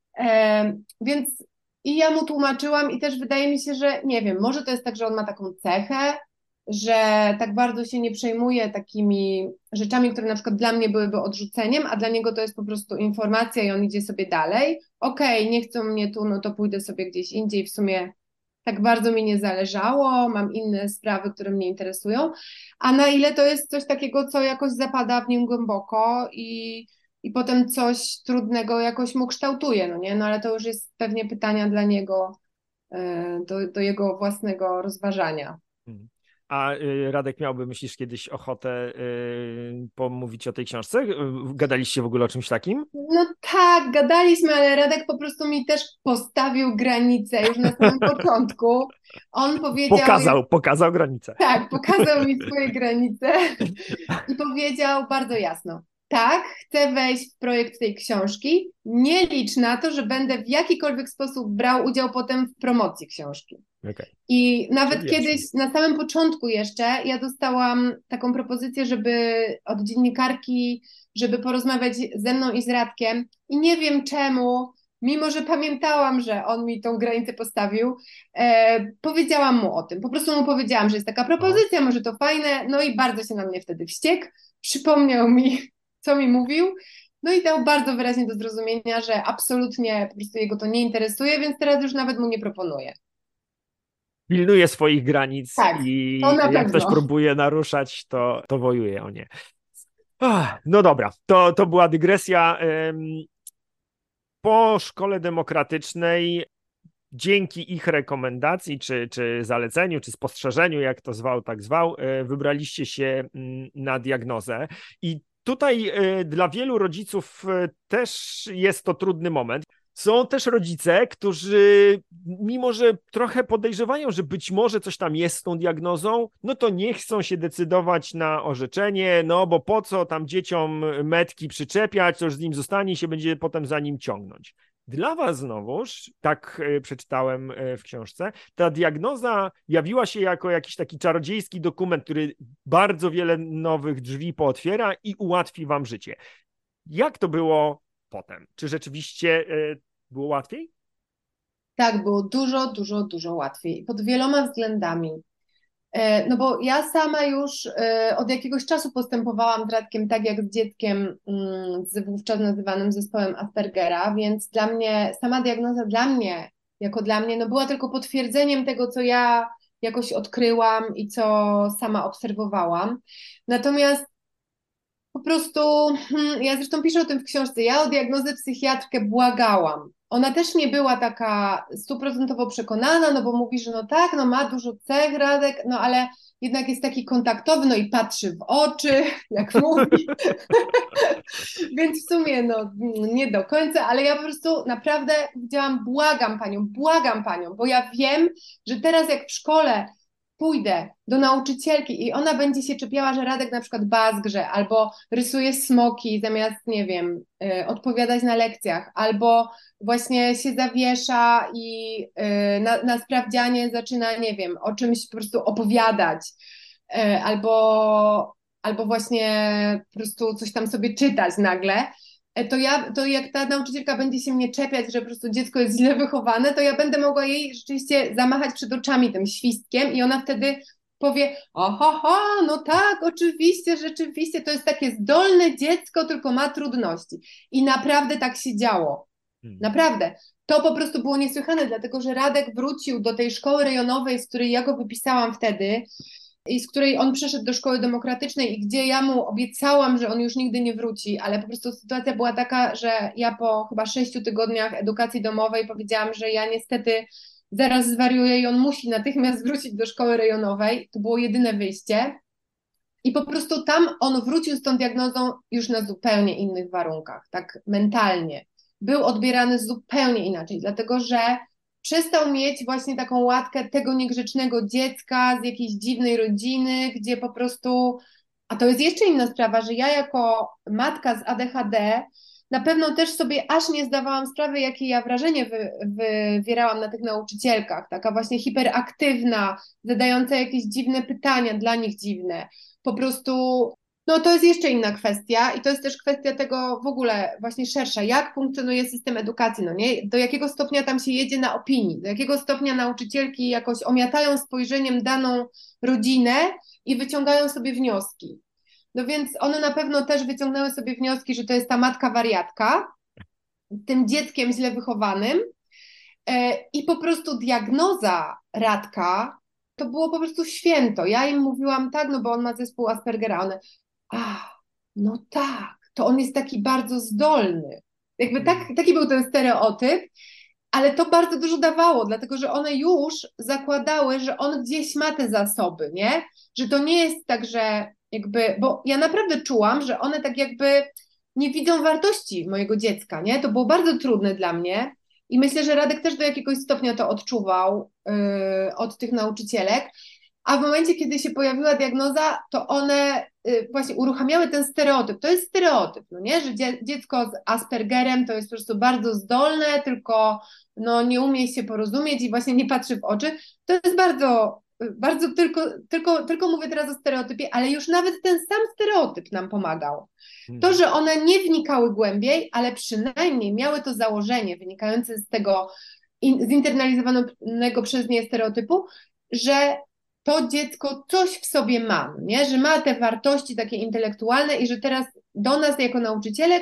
Więc i ja mu tłumaczyłam i też wydaje mi się, że nie wiem, może to jest tak, że on ma taką cechę, że tak bardzo się nie przejmuje takimi rzeczami, które na przykład dla mnie byłyby odrzuceniem, a dla niego to jest po prostu informacja i on idzie sobie dalej. Okej, nie chcą mnie tu, no to pójdę sobie gdzieś indziej, w sumie tak bardzo mi nie zależało, mam inne sprawy, które mnie interesują, a na ile to jest coś takiego, co jakoś zapada w nim głęboko i potem coś trudnego jakoś mu kształtuje, no nie? No ale to już jest pewnie pytania dla niego, do jego własnego rozważania. Mhm. A Radek miałby, myślisz, kiedyś ochotę pomówić o tej książce? Gadaliście w ogóle o czymś takim? No tak, gadaliśmy, ale Radek po prostu mi też postawił granicę już na samym początku. On powiedział, Pokazał granicę. tak, pokazał mi swoje granice i powiedział bardzo jasno: tak, chcę wejść w projekt tej książki, nie licz na to, że będę w jakikolwiek sposób brał udział potem w promocji książki. Okay. I nawet Czyli kiedyś, na samym początku jeszcze, ja dostałam taką propozycję, od dziennikarki, żeby porozmawiać ze mną i z Radkiem i nie wiem czemu, mimo że pamiętałam, że on mi tą granicę postawił, powiedziałam mu o tym. Po prostu mu powiedziałam, że jest taka propozycja, może to fajne, no i bardzo się na mnie wtedy wściekł, przypomniał mi, co mi mówił, No i dał bardzo wyraźnie do zrozumienia, że absolutnie po prostu jego to nie interesuje, więc teraz już nawet mu nie proponuje. Pilnuje swoich granic Tak, to i na jak ktoś pewno. próbuje naruszać, to wojuje o nie. No dobra, to była dygresja. Po szkole demokratycznej, dzięki ich rekomendacji, czy zaleceniu, czy spostrzeżeniu, jak to zwał, tak zwał, wybraliście się na diagnozę. I tutaj dla wielu rodziców też jest to trudny moment. Są też rodzice, którzy mimo, że trochę podejrzewają, że być może coś tam jest z tą diagnozą, no to nie chcą się decydować na orzeczenie, no bo po co tam dzieciom metki przyczepiać, to już z nim zostanie i się będzie potem za nim ciągnąć. Dla was znowuż, tak przeczytałem w książce, ta diagnoza jawiła się jako jakiś taki czarodziejski dokument, który bardzo wiele nowych drzwi pootwiera i ułatwi wam życie. Jak to było potem? Czy rzeczywiście było łatwiej? Tak, było dużo, dużo, dużo łatwiej pod wieloma względami. No bo ja sama już od jakiegoś czasu postępowałam z Radkiem tak jak z dzieckiem z wówczas nazywanym zespołem Aspergera, więc dla mnie, sama diagnoza dla mnie, jako dla mnie, no była tylko potwierdzeniem tego, co ja jakoś odkryłam i co sama obserwowałam. Natomiast po prostu, ja zresztą piszę o tym w książce, ja o diagnozę psychiatrkę błagałam. Ona też nie była taka stuprocentowo przekonana, no bo mówi, że no tak, no ma dużo cech, Radek, no ale jednak jest taki kontaktowy, no i patrzy w oczy, jak mówi. Więc w sumie no nie do końca, ale ja po prostu naprawdę powiedziałam, błagam panią, bo ja wiem, że teraz jak w szkole pójdę do nauczycielki i ona będzie się czepiała, że Radek na przykład bazgrze, albo rysuje smoki zamiast, nie wiem, odpowiadać na lekcjach, albo właśnie się zawiesza i na sprawdzianie zaczyna, nie wiem, o czymś po prostu opowiadać, albo właśnie po prostu coś tam sobie czytać nagle, to jak ta nauczycielka będzie się mnie czepiać, że po prostu dziecko jest źle wychowane, to ja będę mogła jej rzeczywiście zamachać przed oczami tym świstkiem i ona wtedy powie, oho, no tak, oczywiście, rzeczywiście, to jest takie zdolne dziecko, tylko ma trudności. I naprawdę tak się działo. Naprawdę. To po prostu było niesłychane, dlatego że Radek wrócił do tej szkoły rejonowej, z której ja go wypisałam wtedy, i z której on przeszedł do szkoły demokratycznej i gdzie ja mu obiecałam, że on już nigdy nie wróci, ale po prostu sytuacja była taka, że ja po chyba 6 tygodniach edukacji domowej powiedziałam, że ja niestety zaraz zwariuję i on musi natychmiast wrócić do szkoły rejonowej. To było jedyne wyjście. I po prostu tam on wrócił z tą diagnozą już na zupełnie innych warunkach, tak mentalnie. Był odbierany zupełnie inaczej, dlatego że przestał mieć właśnie taką łatkę tego niegrzecznego dziecka z jakiejś dziwnej rodziny, gdzie po prostu, a to jest jeszcze inna sprawa, że ja jako matka z ADHD na pewno też sobie aż nie zdawałam sprawy, jakie ja wrażenie wywierałam na tych nauczycielkach, taka właśnie hiperaktywna, zadająca jakieś dziwne pytania, dla nich dziwne. Po prostu no to jest jeszcze inna kwestia i to jest też kwestia tego w ogóle właśnie szersza, jak funkcjonuje system edukacji, no nie? Do jakiego stopnia tam się jedzie na opinii, do jakiego stopnia nauczycielki jakoś omiatają spojrzeniem daną rodzinę i wyciągają sobie wnioski. No więc one na pewno też wyciągnęły sobie wnioski, że to jest ta matka wariatka, tym dzieckiem źle wychowanym i po prostu diagnoza Radka to było po prostu święto. Ja im mówiłam tak, no bo on ma zespół Aspergera, one no tak, to on jest taki bardzo zdolny. Jakby taki był ten stereotyp, ale to bardzo dużo dawało, dlatego że one już zakładały, że on gdzieś ma te zasoby, nie? Że to nie jest tak, że jakby, bo ja naprawdę czułam, że one tak jakby nie widzą wartości mojego dziecka, nie? To było bardzo trudne dla mnie i myślę, że Radek też do jakiegoś stopnia to odczuwał od tych nauczycielek, a w momencie, kiedy się pojawiła diagnoza, to one właśnie uruchamiały ten stereotyp. To jest stereotyp, no nie? Że dziecko z Aspergerem to jest po prostu bardzo zdolne, tylko no, nie umie się porozumieć i właśnie nie patrzy w oczy. To jest bardzo tylko mówię teraz o stereotypie, ale już nawet ten sam stereotyp nam pomagał. To, że one nie wnikały głębiej, ale przynajmniej miały to założenie wynikające z tego zinternalizowanego przez nie stereotypu, że to dziecko coś w sobie ma, nie? Że ma te wartości takie intelektualne i że teraz do nas jako nauczycielek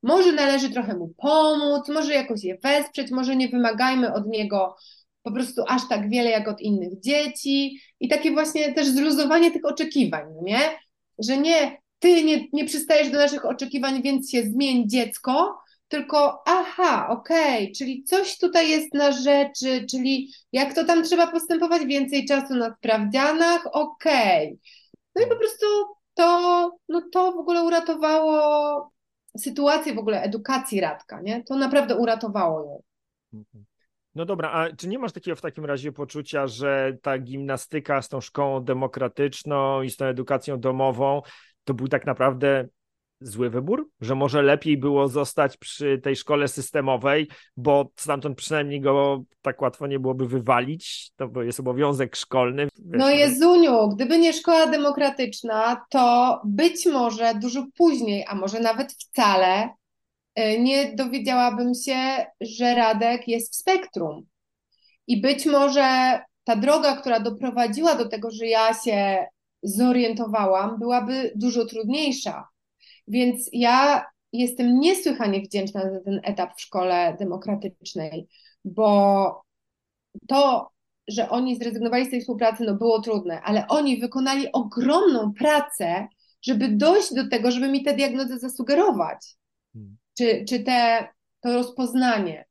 Może należy trochę mu pomóc, może jakoś je wesprzeć, może nie wymagajmy od niego po prostu aż tak wiele jak od innych dzieci i takie właśnie też zluzowanie tych oczekiwań, no nie? Że ty nie przystajesz do naszych oczekiwań, więc się zmień dziecko, tylko aha, okej, czyli coś tutaj jest na rzeczy, czyli jak to tam trzeba postępować, więcej czasu na sprawdzianach, okej. No i po prostu to w ogóle uratowało sytuację w ogóle edukacji Radka, nie? To naprawdę uratowało ją. No dobra, a czy nie masz takiego w takim razie poczucia, że ta gimnastyka z tą szkołą demokratyczną i z tą edukacją domową to był tak naprawdę zły wybór? Że może lepiej było zostać przy tej szkole systemowej, bo stamtąd przynajmniej go tak łatwo nie byłoby wywalić, to bo jest obowiązek szkolny. Wiesz, No Jezuniu, gdyby nie szkoła demokratyczna, to być może dużo później, a może nawet wcale, nie dowiedziałabym się, że Radek jest w spektrum. I być może ta droga, która doprowadziła do tego, że ja się zorientowałam, byłaby dużo trudniejsza. Więc ja jestem niesłychanie wdzięczna za ten etap w szkole demokratycznej, bo to, że oni zrezygnowali z tej współpracy, no było trudne, ale oni wykonali ogromną pracę, żeby dojść do tego, żeby mi tę diagnozę zasugerować, to rozpoznanie.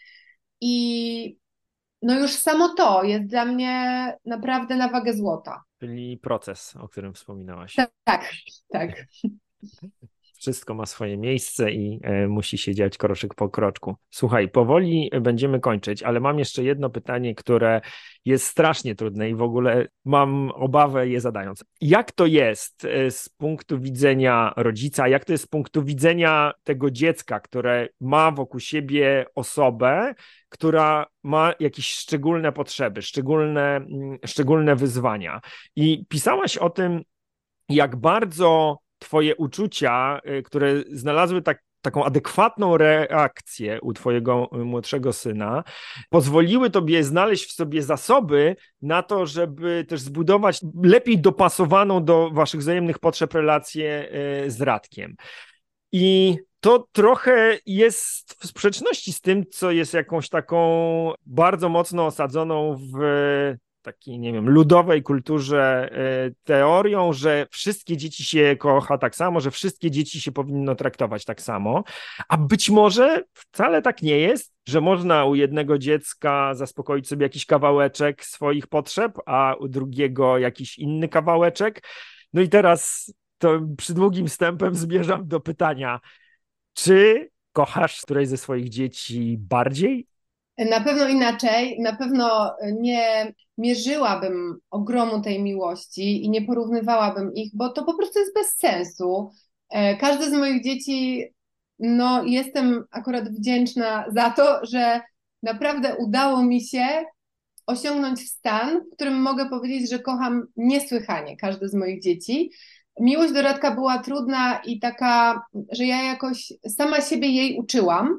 I no już samo to jest dla mnie naprawdę na wagę złota. Czyli proces, o którym wspominałaś. Tak. Wszystko ma swoje miejsce i musi się dziać kroczek po kroczku. Słuchaj, powoli będziemy kończyć, ale mam jeszcze jedno pytanie, które jest strasznie trudne i w ogóle mam obawę je zadając. Jak to jest z punktu widzenia rodzica, jak to jest z punktu widzenia tego dziecka, które ma wokół siebie osobę, która ma jakieś szczególne potrzeby, szczególne wyzwania? I pisałaś o tym, jak bardzo twoje uczucia, które znalazły taką adekwatną reakcję u twojego młodszego syna, pozwoliły tobie znaleźć w sobie zasoby na to, żeby też zbudować lepiej dopasowaną do waszych wzajemnych potrzeb relację z Radkiem. I to trochę jest w sprzeczności z tym, co jest jakąś taką bardzo mocno osadzoną w takiej, nie wiem, ludowej kulturze teorią, że wszystkie dzieci się kocha tak samo, że wszystkie dzieci się powinno traktować tak samo, a być może wcale tak nie jest, że można u jednego dziecka zaspokoić sobie jakiś kawałeczek swoich potrzeb, a u drugiego jakiś inny kawałeczek. No i teraz to przydługim wstępem zmierzam do pytania, czy kochasz któreś ze swoich dzieci bardziej? Na pewno inaczej, na pewno nie mierzyłabym ogromu tej miłości i nie porównywałabym ich, bo to po prostu jest bez sensu. Każde z moich dzieci, no jestem akurat wdzięczna za to, że naprawdę udało mi się osiągnąć stan, w którym mogę powiedzieć, że kocham niesłychanie każde z moich dzieci. Miłość do Radka była trudna i taka, że ja jakoś sama siebie jej uczyłam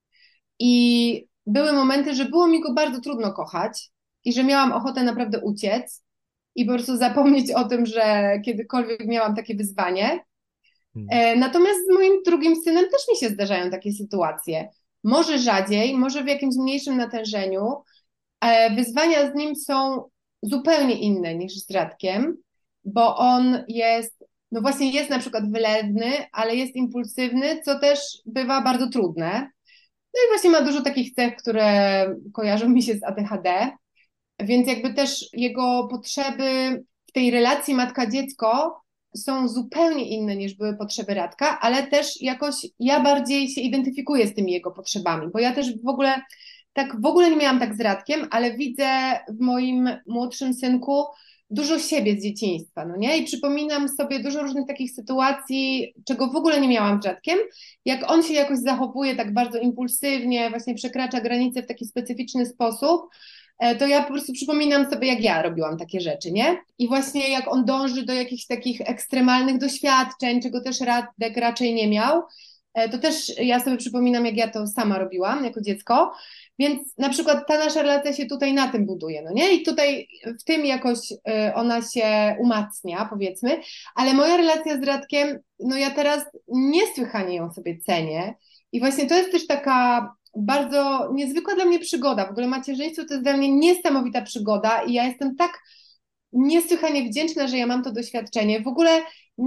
i były momenty, że było mi go bardzo trudno kochać i że miałam ochotę naprawdę uciec i po prostu zapomnieć o tym, że kiedykolwiek miałam takie wyzwanie. Natomiast z moim drugim synem też mi się zdarzają takie sytuacje. Może rzadziej, może w jakimś mniejszym natężeniu. Wyzwania z nim są zupełnie inne niż z Radkiem, bo on jest, no właśnie jest na przykład wylewny, ale jest impulsywny, co też bywa bardzo trudne. No i właśnie ma dużo takich cech, które kojarzą mi się z ADHD, więc jakby też jego potrzeby w tej relacji matka-dziecko są zupełnie inne niż były potrzeby Radka, ale też jakoś ja bardziej się identyfikuję z tymi jego potrzebami, bo ja też w ogóle nie miałam tak z Radkiem, ale widzę w moim młodszym synku dużo siebie z dzieciństwa, no nie? I przypominam sobie dużo różnych takich sytuacji, czego w ogóle nie miałam z Radkiem, jak on się jakoś zachowuje tak bardzo impulsywnie, właśnie przekracza granice w taki specyficzny sposób, to ja po prostu przypominam sobie, jak ja robiłam takie rzeczy, nie? I właśnie jak on dąży do jakichś takich ekstremalnych doświadczeń, czego też Radek raczej nie miał, To też ja sobie przypominam, jak ja to sama robiłam jako dziecko, więc na przykład ta nasza relacja się tutaj na tym buduje, no nie? I tutaj w tym jakoś ona się umacnia, powiedzmy, ale moja relacja z Radkiem, no ja teraz niesłychanie ją sobie cenię i właśnie to jest też taka bardzo niezwykła dla mnie przygoda. W ogóle macierzyństwo to jest dla mnie niesamowita przygoda i ja jestem tak niesłychanie wdzięczna, że ja mam to doświadczenie. W ogóle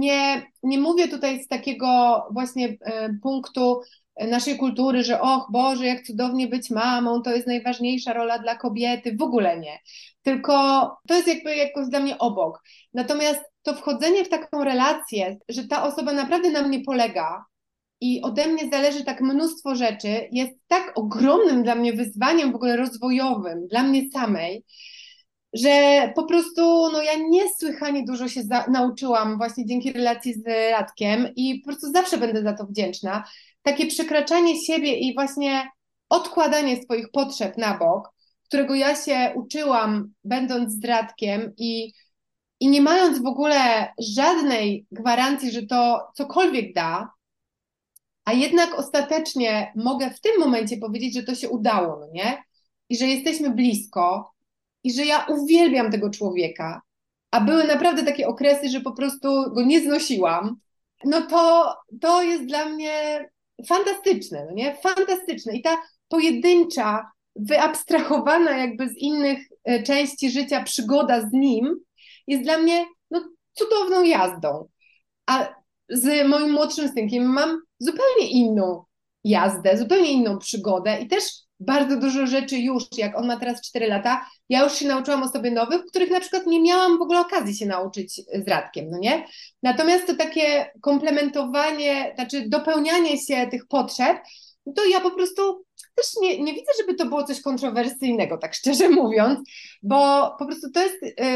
nie mówię tutaj z takiego właśnie punktu naszej kultury, że och Boże, jak cudownie być mamą, to jest najważniejsza rola dla kobiety. W ogóle nie. Tylko to jest jakby jakoś dla mnie obok. Natomiast to wchodzenie w taką relację, że ta osoba naprawdę na mnie polega i ode mnie zależy tak mnóstwo rzeczy, jest tak ogromnym dla mnie wyzwaniem w ogóle rozwojowym, dla mnie samej, że po prostu no ja niesłychanie dużo się nauczyłam właśnie dzięki relacji z Radkiem i po prostu zawsze będę za to wdzięczna. Takie przekraczanie siebie i właśnie odkładanie swoich potrzeb na bok, którego ja się uczyłam będąc z Radkiem i nie mając w ogóle żadnej gwarancji, że to cokolwiek da, a jednak ostatecznie mogę w tym momencie powiedzieć, że to się udało, no nie? I że jesteśmy blisko, i że ja uwielbiam tego człowieka, a były naprawdę takie okresy, że po prostu go nie znosiłam, no to jest dla mnie fantastyczne, no nie? Fantastyczne. I ta pojedyncza, wyabstrahowana jakby z innych części życia przygoda z nim jest dla mnie no, cudowną jazdą. A z moim młodszym synkiem mam zupełnie inną jazdę, zupełnie inną przygodę i też bardzo dużo rzeczy już, jak on ma teraz 4 lata, ja już się nauczyłam o sobie nowych, których na przykład nie miałam w ogóle okazji się nauczyć z Radkiem, no nie? Natomiast to takie komplementowanie, znaczy dopełnianie się tych potrzeb, to ja po prostu też nie widzę, żeby to było coś kontrowersyjnego, tak szczerze mówiąc, bo po prostu to jest,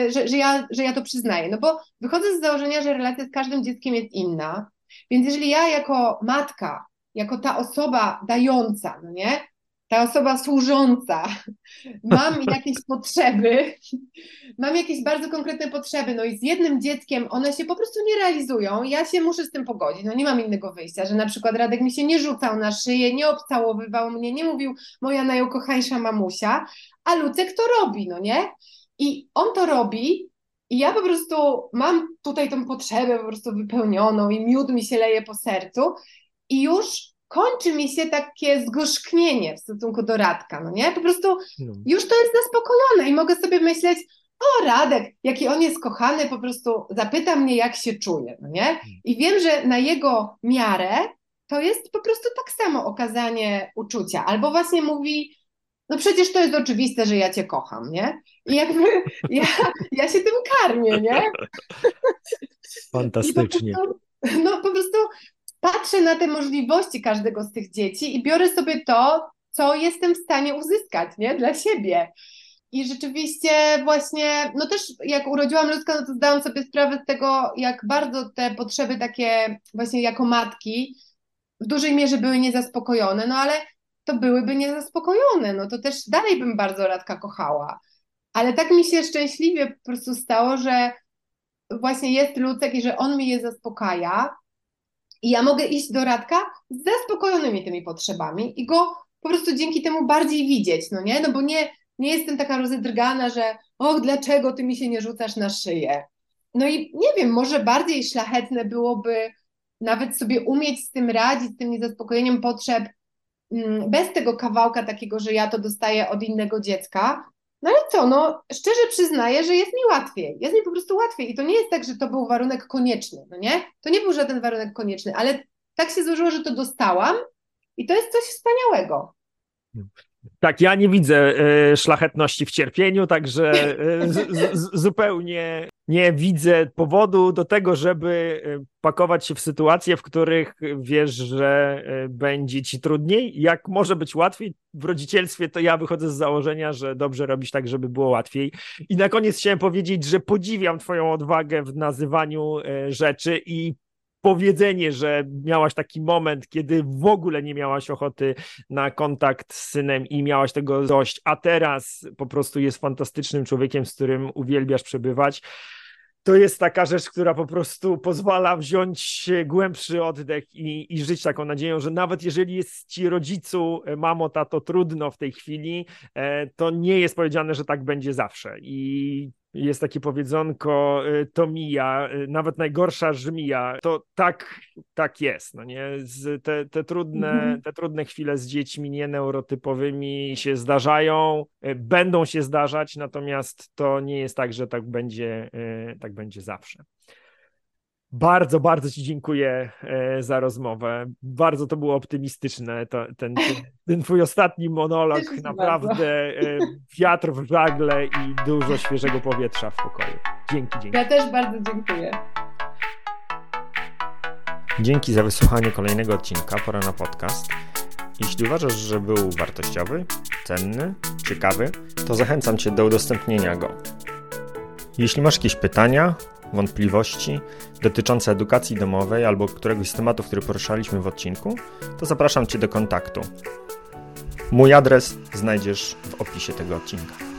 że ja to przyznaję, no bo wychodzę z założenia, że relacja z każdym dzieckiem jest inna, więc jeżeli ja jako matka, jako ta osoba dająca, no nie, ta osoba służąca, mam jakieś potrzeby, mam jakieś bardzo konkretne potrzeby, no i z jednym dzieckiem one się po prostu nie realizują, ja się muszę z tym pogodzić, no nie mam innego wyjścia, że na przykład Radek mi się nie rzucał na szyję, nie obcałowywał mnie, nie mówił moja najukochańsza mamusia, a Lucek to robi, no nie? I on to robi i ja po prostu mam tutaj tą potrzebę po prostu wypełnioną i miód mi się leje po sercu i już kończy mi się takie zgorzknienie w stosunku do Radka, no nie? Po prostu już to jest zaspokojone i mogę sobie myśleć, o Radek, jaki on jest kochany, po prostu zapyta mnie, jak się czuje, no nie? I wiem, że na jego miarę to jest po prostu tak samo okazanie uczucia. Albo właśnie mówi, no przecież to jest oczywiste, że ja cię kocham, nie? I jakby ja się tym karmię, nie? Fantastycznie. No po prostu patrzę na te możliwości każdego z tych dzieci i biorę sobie to, co jestem w stanie uzyskać, nie? Dla siebie. I rzeczywiście właśnie, no też jak urodziłam Lucka, no to zdałam sobie sprawę z tego, jak bardzo te potrzeby takie właśnie jako matki w dużej mierze były niezaspokojone, no ale to byłyby niezaspokojone, no to też dalej bym bardzo Radka kochała. Ale tak mi się szczęśliwie po prostu stało, że właśnie jest Lucek i że on mi je zaspokaja i ja mogę iść do Radka z zaspokojonymi tymi potrzebami i go po prostu dzięki temu bardziej widzieć, no nie? No bo nie jestem taka rozedrgana, że och, dlaczego ty mi się nie rzucasz na szyję? No i nie wiem, może bardziej szlachetne byłoby nawet sobie umieć z tym radzić, z tym niezaspokojeniem potrzeb, bez tego kawałka takiego, że ja to dostaję od innego dziecka. No ale co, no szczerze przyznaję, że jest mi łatwiej. Jest mi po prostu łatwiej i to nie jest tak, że to był warunek konieczny, no nie? To nie był żaden warunek konieczny, ale tak się złożyło, że to dostałam i to jest coś wspaniałego. Tak, ja nie widzę szlachetności w cierpieniu, także zupełnie nie widzę powodu do tego, żeby pakować się w sytuacje, w których wiesz, że będzie ci trudniej. Jak może być łatwiej w rodzicielstwie, to ja wychodzę z założenia, że dobrze robić tak, żeby było łatwiej. I na koniec chciałem powiedzieć, że podziwiam twoją odwagę w nazywaniu rzeczy i powiedzenie, że miałaś taki moment, kiedy w ogóle nie miałaś ochoty na kontakt z synem i miałaś tego dość, a teraz po prostu jest fantastycznym człowiekiem, z którym uwielbiasz przebywać. to jest taka rzecz, która po prostu pozwala wziąć głębszy oddech i żyć taką nadzieją, że nawet jeżeli jest ci rodzicu, mamo, tato, trudno w tej chwili, to nie jest powiedziane, że tak będzie zawsze. I jest takie powiedzonko, to mija, nawet najgorsza żmija, to tak jest, no nie? Te trudne chwile z dziećmi nieneurotypowymi się zdarzają, będą się zdarzać, natomiast to nie jest tak, że tak będzie zawsze. Bardzo, bardzo Ci dziękuję za rozmowę. Bardzo to było optymistyczne. Ten Twój ostatni monolog, naprawdę wiatr w żagle i dużo świeżego powietrza w pokoju. Dzięki. Ja też bardzo dziękuję. Dzięki za wysłuchanie kolejnego odcinka Pora na podcast. Jeśli uważasz, że był wartościowy, cenny, ciekawy, to zachęcam Cię do udostępnienia go. Jeśli masz jakieś pytania, wątpliwości dotyczące edukacji domowej albo któregoś z tematów, który poruszaliśmy w odcinku, to zapraszam Cię do kontaktu. Mój adres znajdziesz w opisie tego odcinka.